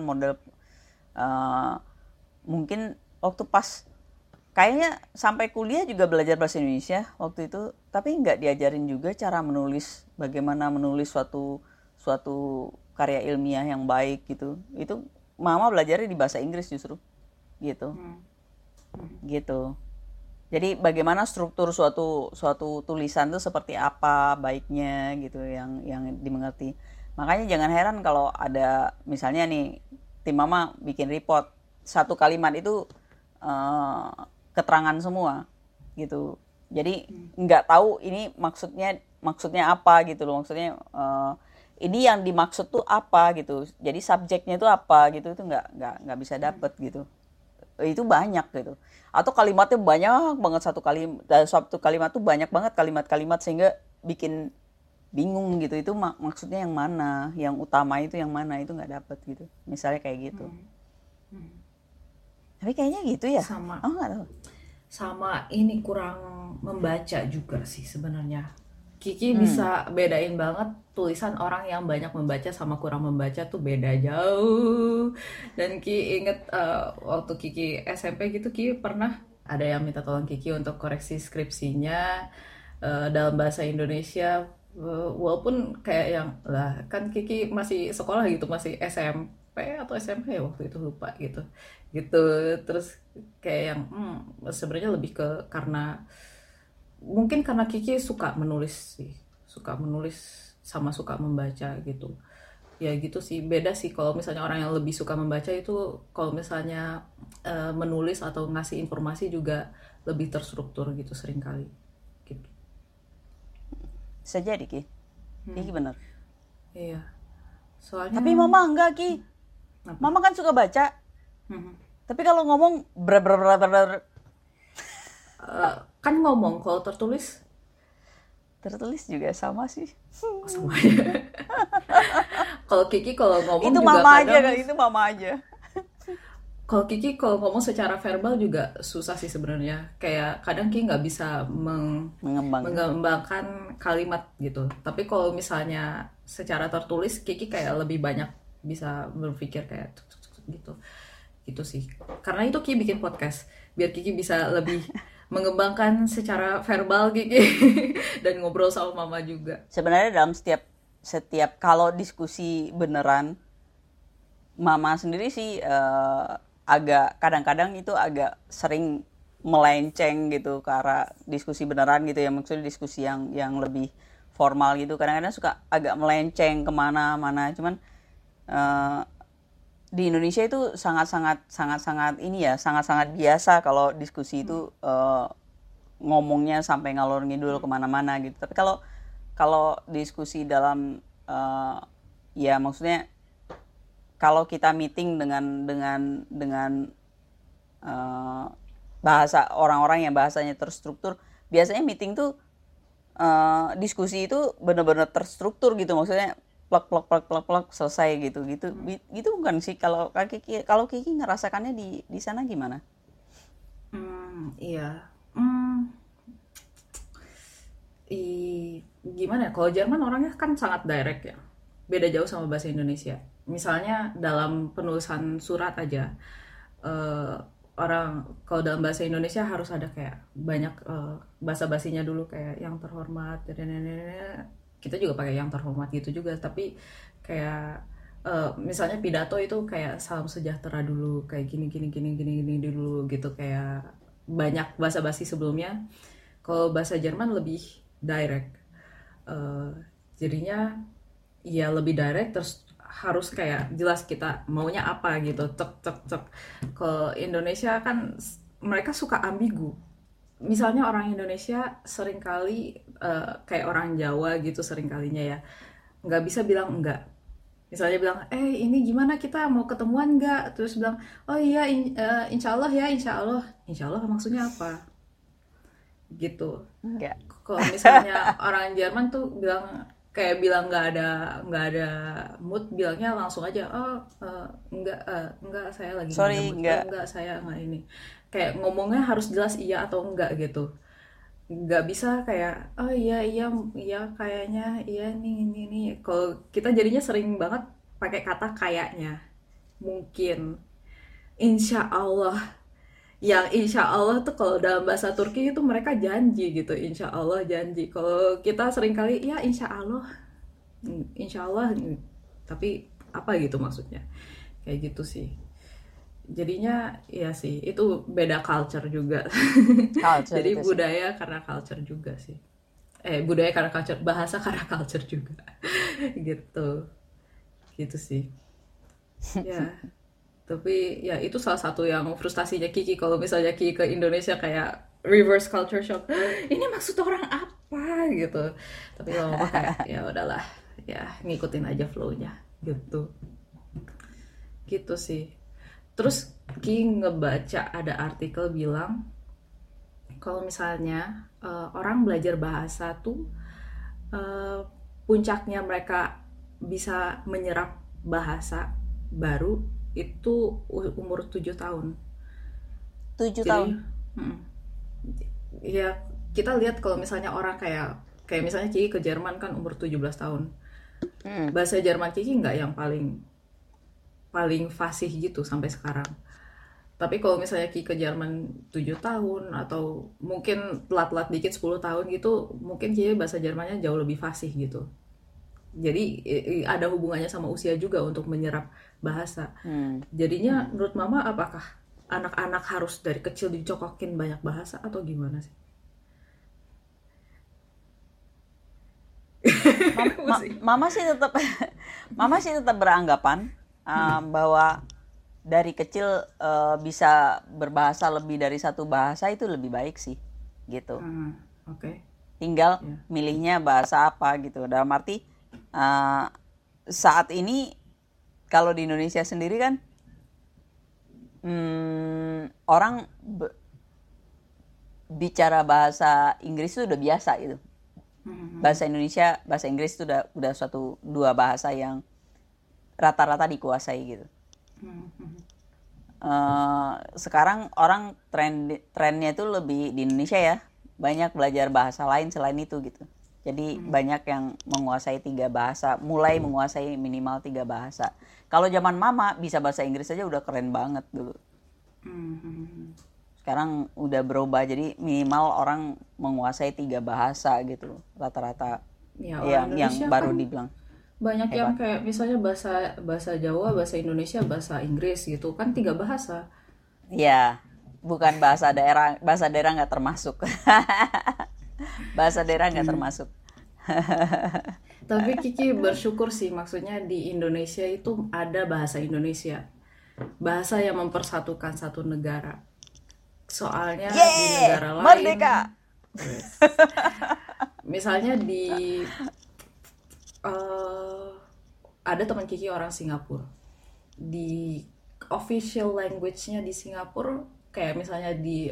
Speaker 2: mungkin waktu pas kayaknya sampai kuliah juga belajar bahasa Indonesia waktu itu, tapi nggak diajarin juga cara menulis, bagaimana menulis suatu karya ilmiah yang baik gitu. Itu mama belajarnya di bahasa Inggris justru gitu. Gitu. Jadi bagaimana struktur suatu tulisan itu seperti apa baiknya gitu yang dimengerti. Makanya jangan heran kalau ada misalnya nih tim mama bikin report, satu kalimat itu keterangan semua gitu. Jadi nggak tahu ini maksudnya apa gitu loh. Maksudnya ini yang dimaksud tuh apa gitu. Jadi subjeknya tuh apa gitu, itu nggak bisa dapet gitu. Itu banyak gitu. Atau kalimatnya banyak banget, satu kalimat tuh banyak banget kalimat-kalimat sehingga bikin bingung gitu. Itu maksudnya yang mana, yang utama itu yang mana, itu nggak dapet gitu. Misalnya kayak gitu. Tapi kayaknya gitu ya.
Speaker 1: Sama.
Speaker 2: Oh nggak tahu.
Speaker 1: Sama ini kurang membaca juga sih sebenarnya. Kiki bisa bedain banget tulisan orang yang banyak membaca sama kurang membaca tuh beda jauh. Dan Ki inget waktu Kiki SMP gitu, Ki pernah ada yang minta tolong Kiki untuk koreksi skripsinya dalam bahasa Indonesia. Walaupun kayak yang lah kan Kiki masih sekolah gitu, masih SMP atau SMP ya waktu itu lupa gitu. Gitu terus kayak yang sebenarnya lebih ke mungkin karena Kiki suka menulis sih, suka menulis sama suka membaca gitu. Ya gitu sih, beda sih kalau misalnya orang yang lebih suka membaca itu kalau misalnya menulis atau ngasih informasi juga lebih terstruktur gitu seringkali gitu.
Speaker 2: Bisa jadi Ki. Ki bener.
Speaker 1: Iya. Soalnya
Speaker 2: Tapi mama enggak Ki. Mama kan suka baca. Tapi kalau ngomong
Speaker 1: kan ngomong, kalau tertulis
Speaker 2: juga sama sih.
Speaker 1: sama aja. Kalau Kiki kalau ngomong
Speaker 2: Itu
Speaker 1: juga
Speaker 2: mama
Speaker 1: kadang
Speaker 2: aja kan, itu mama aja.
Speaker 1: kalau Kiki kalau ngomong secara verbal juga susah sih sebenarnya. Kayak kadang Kiki nggak bisa mengembangkan kalimat gitu. Tapi kalau misalnya secara tertulis, Kiki kayak lebih banyak bisa berpikir kayak gitu. Gitu sih. Karena itu Kiki bikin podcast biar Kiki bisa lebih mengembangkan secara verbal Kiki dan ngobrol sama mama juga.
Speaker 2: Sebenarnya dalam setiap kalau diskusi beneran, mama sendiri sih agak kadang-kadang itu agak sering melenceng gitu ke arah diskusi beneran gitu ya, maksudnya diskusi yang lebih formal gitu. Kadang-kadang suka agak melenceng kemana-mana. Cuman di Indonesia itu sangat-sangat ini ya, sangat-sangat biasa kalau diskusi itu ngomongnya sampai ngalor ngidul kemana-mana gitu. Tapi kalau diskusi dalam ya maksudnya kalau kita meeting dengan bahasa orang-orang yang bahasanya terstruktur, biasanya meeting tuh diskusi itu benar-benar terstruktur gitu, maksudnya plak selesai gitu bukan sih? Kalau Kiki ngerasakannya di sana gimana?
Speaker 1: Iya. Gimana ya? Kalau Jerman orangnya kan sangat direct ya. Beda jauh sama bahasa Indonesia. Misalnya dalam penulisan surat aja, eh, orang kalau dalam bahasa Indonesia harus ada kayak banyak bahasa basinya dulu kayak yang terhormat dan kita juga pakai yang terhormat gitu juga, tapi kayak misalnya pidato itu kayak salam sejahtera dulu kayak gini gini gini gini gini dulu gitu, kayak banyak bahasa basi sebelumnya. Kalau bahasa Jerman lebih direct. Eh, Jadinya ya lebih direct, terus harus kayak jelas kita maunya apa gitu, cek cek cek. Ke Indonesia kan mereka suka ambigu. Misalnya orang Indonesia seringkali kayak orang Jawa gitu seringkalinya ya nggak bisa bilang enggak. Misalnya bilang ini gimana kita mau ketemuan nggak, terus bilang oh iya insya Allah ya, insya Allah. Insya Allah maksudnya apa gitu.
Speaker 2: Enggak.
Speaker 1: Kalau misalnya orang Jerman tuh bilang kayak bilang nggak ada mood, bilangnya langsung aja oh enggak saya lagi nggak ada
Speaker 2: Sorry,
Speaker 1: mood,
Speaker 2: enggak.
Speaker 1: enggak saya nggak ini. Kayak ngomongnya harus jelas iya atau enggak gitu, nggak bisa kayak oh iya iya iya kayaknya iya nih ini. Kalau kita jadinya sering banget pakai kata kayaknya, mungkin, insya Allah. Yang insya Allah tuh kalau dalam bahasa Turki itu mereka janji gitu, insya Allah janji. Kalau kita sering kali ya insya Allah, tapi apa gitu maksudnya, kayak gitu sih. Jadinya ya sih itu beda culture juga.
Speaker 2: Culture
Speaker 1: Jadi
Speaker 2: itu sih.
Speaker 1: budaya karena culture juga sih. Budaya karena culture, bahasa karena culture juga. Gitu, gitu sih. Ya, tapi ya itu salah satu yang frustasinya Kiki kalau misalnya Kiki ke Indonesia kayak reverse culture shock. Ini maksud orang apa gitu. Tapi lama-lama kayak ya udahlah, ya ngikutin aja flow-nya gitu. Gitu sih. Terus Ki ngebaca ada artikel bilang kalau misalnya orang belajar bahasa tuh eh, puncaknya mereka bisa menyerap bahasa baru itu umur 7 tahun.
Speaker 2: 7 tahun.
Speaker 1: Jadi ya kita lihat kalau misalnya orang kayak kayak misalnya Kiki ke Jerman kan umur 17 tahun.
Speaker 2: Hmm.
Speaker 1: Bahasa Jerman Kiki nggak yang paling paling fasih gitu sampai sekarang. Tapi kalau misalnya Ki ke Jerman 7 tahun atau mungkin telat-telat dikit 10 tahun gitu, mungkin Ki bahasa Jermannya jauh lebih fasih gitu. Jadi ada hubungannya sama usia juga untuk menyerap bahasa. Jadinya menurut Mama apakah anak-anak harus dari kecil dicokokin banyak bahasa atau gimana sih?
Speaker 2: Mama sih tetap Mama sih tetap beranggapan bahwa dari kecil bisa berbahasa lebih dari satu bahasa itu lebih baik sih, gitu.
Speaker 1: Oke.
Speaker 2: Tinggal
Speaker 1: Ya.
Speaker 2: milihnya bahasa apa gitu. Dalam arti saat ini kalau di Indonesia sendiri kan orang bicara bahasa Inggris itu udah biasa gitu. Bahasa Indonesia, bahasa Inggris itu udah suatu dua bahasa yang rata-rata dikuasai gitu. Sekarang orang trennya itu lebih di Indonesia ya, banyak belajar bahasa lain selain itu gitu. Jadi banyak yang menguasai 3 bahasa, mulai menguasai minimal 3 bahasa. Kalau zaman Mama bisa bahasa Inggris aja udah keren banget dulu. Sekarang udah berubah, jadi minimal orang menguasai 3 bahasa gitu rata-rata.
Speaker 1: Ya, orang
Speaker 2: yang
Speaker 1: Indonesia
Speaker 2: baru
Speaker 1: kan
Speaker 2: dibilang
Speaker 1: banyak yang
Speaker 2: hebat.
Speaker 1: kayak misalnya bahasa bahasa Jawa, bahasa Indonesia, bahasa Inggris gitu kan 3 bahasa.
Speaker 2: Ya, bukan bahasa daerah nggak termasuk. Bahasa daerah nggak termasuk.
Speaker 1: Tapi Kiki bersyukur sih, maksudnya di Indonesia itu ada bahasa Indonesia. Bahasa yang mempersatukan satu negara. Soalnya di
Speaker 2: Yeay,
Speaker 1: negara lain,
Speaker 2: merdeka.
Speaker 1: misalnya di eh, ada teman Kiki orang Singapura. Di official language-nya di Singapura, kayak misalnya di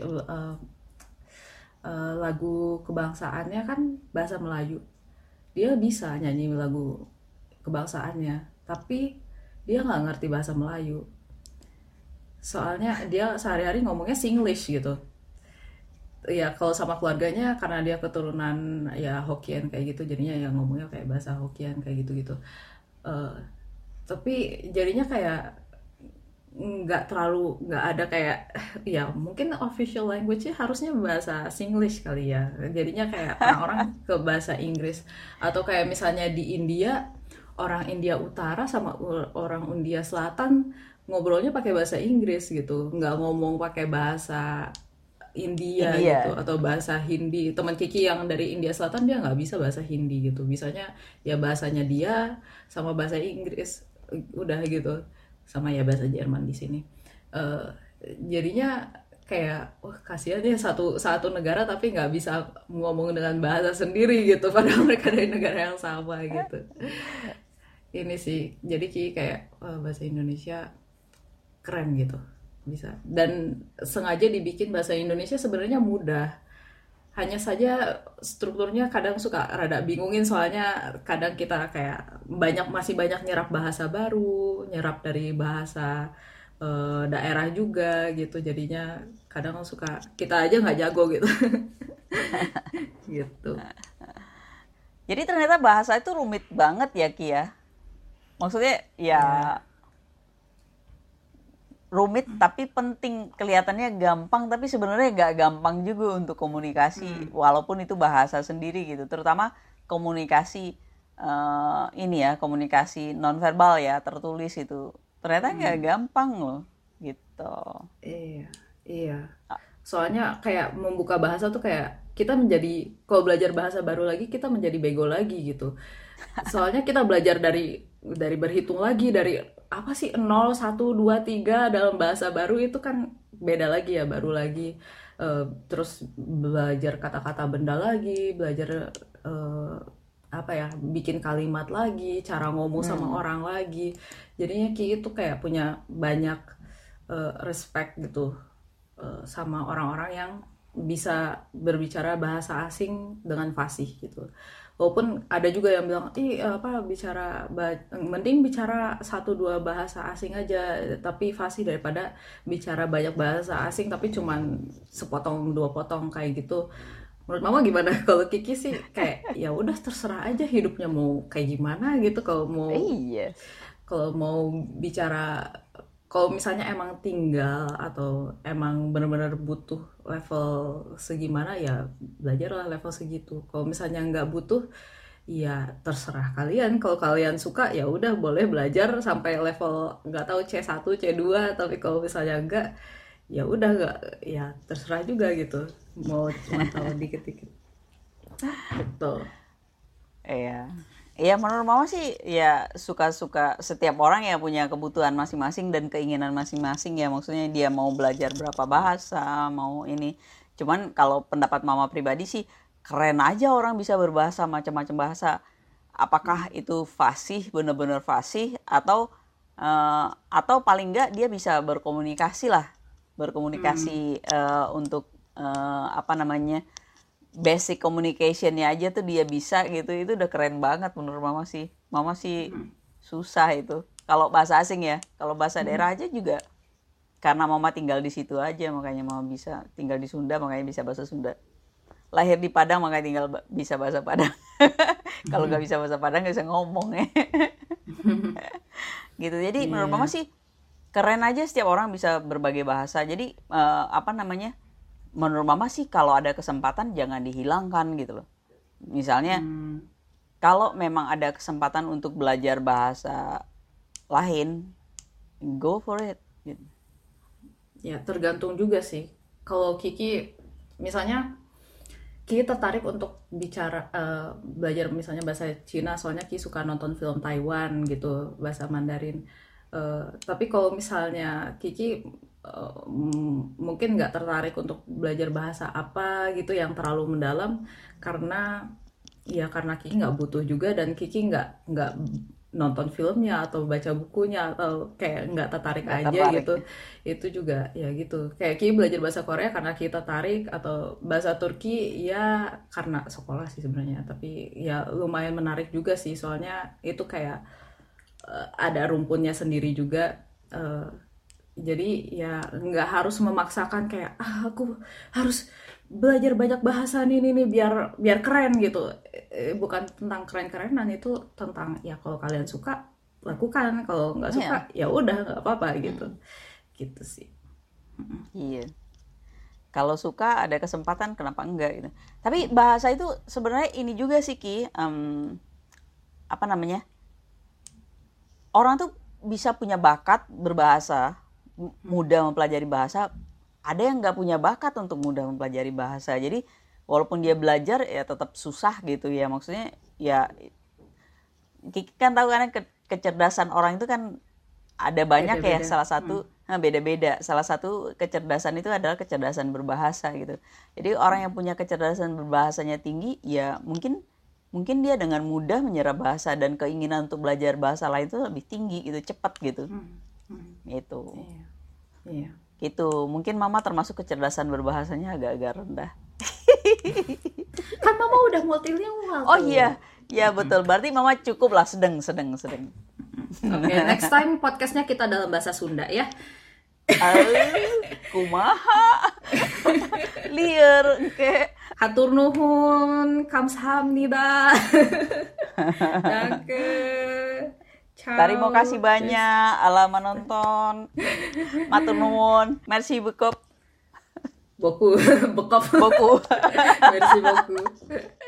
Speaker 1: lagu kebangsaannya kan bahasa Melayu. Dia bisa nyanyi lagu kebangsaannya, tapi dia nggak ngerti bahasa Melayu. Soalnya dia sehari-hari ngomongnya Singlish gitu. Ya kalau sama keluarganya karena dia keturunan ya Hokkien kayak gitu, jadinya ya ngomongnya kayak bahasa Hokkien kayak gitu-gitu. Eh, tapi jadinya kayak nggak ada kayak ya mungkin official language-nya harusnya bahasa Singlish kali ya, jadinya kayak orang-orang ke bahasa Inggris. Atau kayak misalnya di India, orang India Utara sama orang India Selatan ngobrolnya pakai bahasa Inggris gitu, nggak ngomong pakai bahasa India gitu
Speaker 2: India.
Speaker 1: atau bahasa Hindi. Teman Kiki yang dari India Selatan dia nggak bisa bahasa Hindi gitu, bisanya ya bahasanya dia sama bahasa Inggris udah gitu, sama ya bahasa Jerman di sini. Eh, Jadinya kayak wah kasihan ya, satu satu negara tapi nggak bisa ngomong dengan bahasa sendiri gitu padahal mereka dari negara yang sama gitu. Ini sih jadi Ki kayak wah, bahasa Indonesia keren gitu, bisa, dan sengaja dibikin bahasa Indonesia sebenarnya mudah, hanya saja strukturnya kadang suka rada bingungin, soalnya kadang kita kayak masih banyak nyerap bahasa baru, nyerap dari bahasa daerah juga gitu, jadinya kadang suka kita aja nggak jago gitu. Gitu.
Speaker 2: Jadi ternyata bahasa itu rumit banget ya Ki ya. Maksudnya ya
Speaker 1: Ya,
Speaker 2: rumit tapi penting, kelihatannya gampang tapi sebenarnya nggak gampang juga untuk komunikasi walaupun itu bahasa sendiri gitu, terutama komunikasi ini ya, komunikasi nonverbal ya, tertulis itu ternyata nggak gampang loh gitu.
Speaker 1: iya, iya. Soalnya kayak membuka bahasa tuh kayak kita menjadi, kalau belajar bahasa baru lagi kita menjadi bego lagi gitu. Soalnya kita belajar dari berhitung lagi, dari apa sih 0 1 2 3 dalam bahasa baru itu kan beda lagi ya, baru lagi. Terus belajar kata-kata benda lagi, belajar eh, apa ya, bikin kalimat lagi, cara ngomong sama
Speaker 2: Hmm.
Speaker 1: orang lagi. Jadinya Ki itu kayak punya banyak respect gitu sama orang-orang yang bisa berbicara bahasa asing dengan fasih gitu. Walaupun ada juga yang bilang, ih apa mending bicara 1 2 bahasa asing aja tapi fasih daripada bicara banyak bahasa asing tapi cuman sepotong dua potong kayak gitu. Menurut Mama gimana? Kalau Kiki sih kayak ya udah terserah aja hidupnya mau kayak gimana gitu.
Speaker 2: Iya.
Speaker 1: Kalau mau bicara, kalau misalnya emang tinggal atau emang benar-benar butuh level segimana ya belajarlah level segitu. Kalau misalnya nggak butuh ya terserah kalian. Kalau kalian suka ya udah boleh belajar sampai level nggak tahu C1 C2, tapi kalau misalnya enggak ya udah nggak, ya terserah juga gitu. Mau cuma tahu dikit-dikit gitu.
Speaker 2: Iya. Iya, menurut Mama sih ya suka-suka, setiap orang ya punya kebutuhan masing-masing dan keinginan masing-masing ya. Maksudnya dia mau belajar berapa bahasa, mau ini. Cuman kalau pendapat Mama pribadi sih keren aja orang bisa berbahasa macam-macam bahasa. Apakah itu fasih, bener-bener fasih, atau paling enggak dia bisa berkomunikasi lah. Berkomunikasi untuk apa namanya? Basic communicationnya aja tuh dia bisa gitu, itu udah keren banget menurut Mama sih susah itu kalau bahasa asing ya. Kalau bahasa daerah aja juga, karena Mama tinggal di situ aja makanya Mama bisa, tinggal di Sunda makanya bisa bahasa Sunda, lahir di Padang makanya tinggal bisa bahasa Padang. Kalau nggak bisa bahasa Padang nggak bisa ngomong ya. Gitu, jadi menurut Mama
Speaker 1: Iya.
Speaker 2: sih keren aja setiap orang bisa berbagai bahasa. Jadi apa namanya, menurut Mama sih kalau ada kesempatan jangan dihilangkan gitu loh. Misalnya kalau memang ada kesempatan untuk belajar bahasa lain, go for it gitu.
Speaker 1: Ya, tergantung juga sih. Kalau Kiki, misalnya Kiki tertarik untuk belajar misalnya bahasa Cina, soalnya Kiki suka nonton film Taiwan gitu, bahasa Mandarin. Tapi kalau misalnya Kiki mungkin nggak tertarik untuk belajar bahasa apa gitu yang terlalu mendalam, karena ya karena Kiki nggak butuh juga, dan Kiki nggak nonton filmnya atau baca bukunya atau kayak nggak tertarik
Speaker 2: Nggak
Speaker 1: aja
Speaker 2: tertarik.
Speaker 1: gitu. Itu juga ya gitu, kayak Kiki belajar bahasa Korea karena Kiki tertarik, atau bahasa Turki ya karena sekolah sih sebenarnya, tapi ya lumayan menarik juga sih, soalnya itu kayak ada rumpunnya sendiri juga. eh, jadi ya nggak harus memaksakan kayak aku harus belajar banyak bahasa nih biar biar keren gitu. Bukan tentang keren-kerenan, itu tentang ya kalau kalian suka lakukan, kalau nggak suka
Speaker 2: Iya.
Speaker 1: ya udah nggak apa-apa gitu, gitu sih.
Speaker 2: Iya. Kalau suka ada kesempatan kenapa enggak gitu. Tapi bahasa itu sebenarnya ini juga sih Ki, apa namanya? Orang tuh bisa punya bakat berbahasa, mudah mempelajari bahasa. Ada yang nggak punya bakat untuk mudah mempelajari bahasa. Jadi walaupun dia belajar ya tetap susah gitu ya. Maksudnya ya Kiki kan tahu kan kecerdasan orang itu kan ada banyak ya.
Speaker 1: Beda-beda.
Speaker 2: Salah satu beda-beda. Salah satu kecerdasan itu adalah kecerdasan berbahasa gitu. Jadi orang yang punya kecerdasan berbahasanya tinggi ya mungkin dia dengan mudah menyerap bahasa, dan keinginan untuk belajar bahasa lain itu lebih tinggi gitu, cepat gitu. Gitu.
Speaker 1: Iya, iya.
Speaker 2: Gitu. Mungkin Mama termasuk kecerdasan berbahasanya agak-agak rendah.
Speaker 1: Kan Mama udah multilingual
Speaker 2: Oh
Speaker 1: tuh.
Speaker 2: iya, ya betul. Berarti Mama cukup lah, sedang.
Speaker 1: Oke, next time podcastnya kita dalam bahasa Sunda ya.
Speaker 2: Kumaha. Liar ke.
Speaker 1: Hatur nuhun, kamsahamnida. Danke. Ciao.
Speaker 2: Terima kasih banyak ala menonton. Matur nuwun. Merci beaucoup.
Speaker 1: Boku, bekop.
Speaker 2: Boku.
Speaker 1: Merci beaucoup.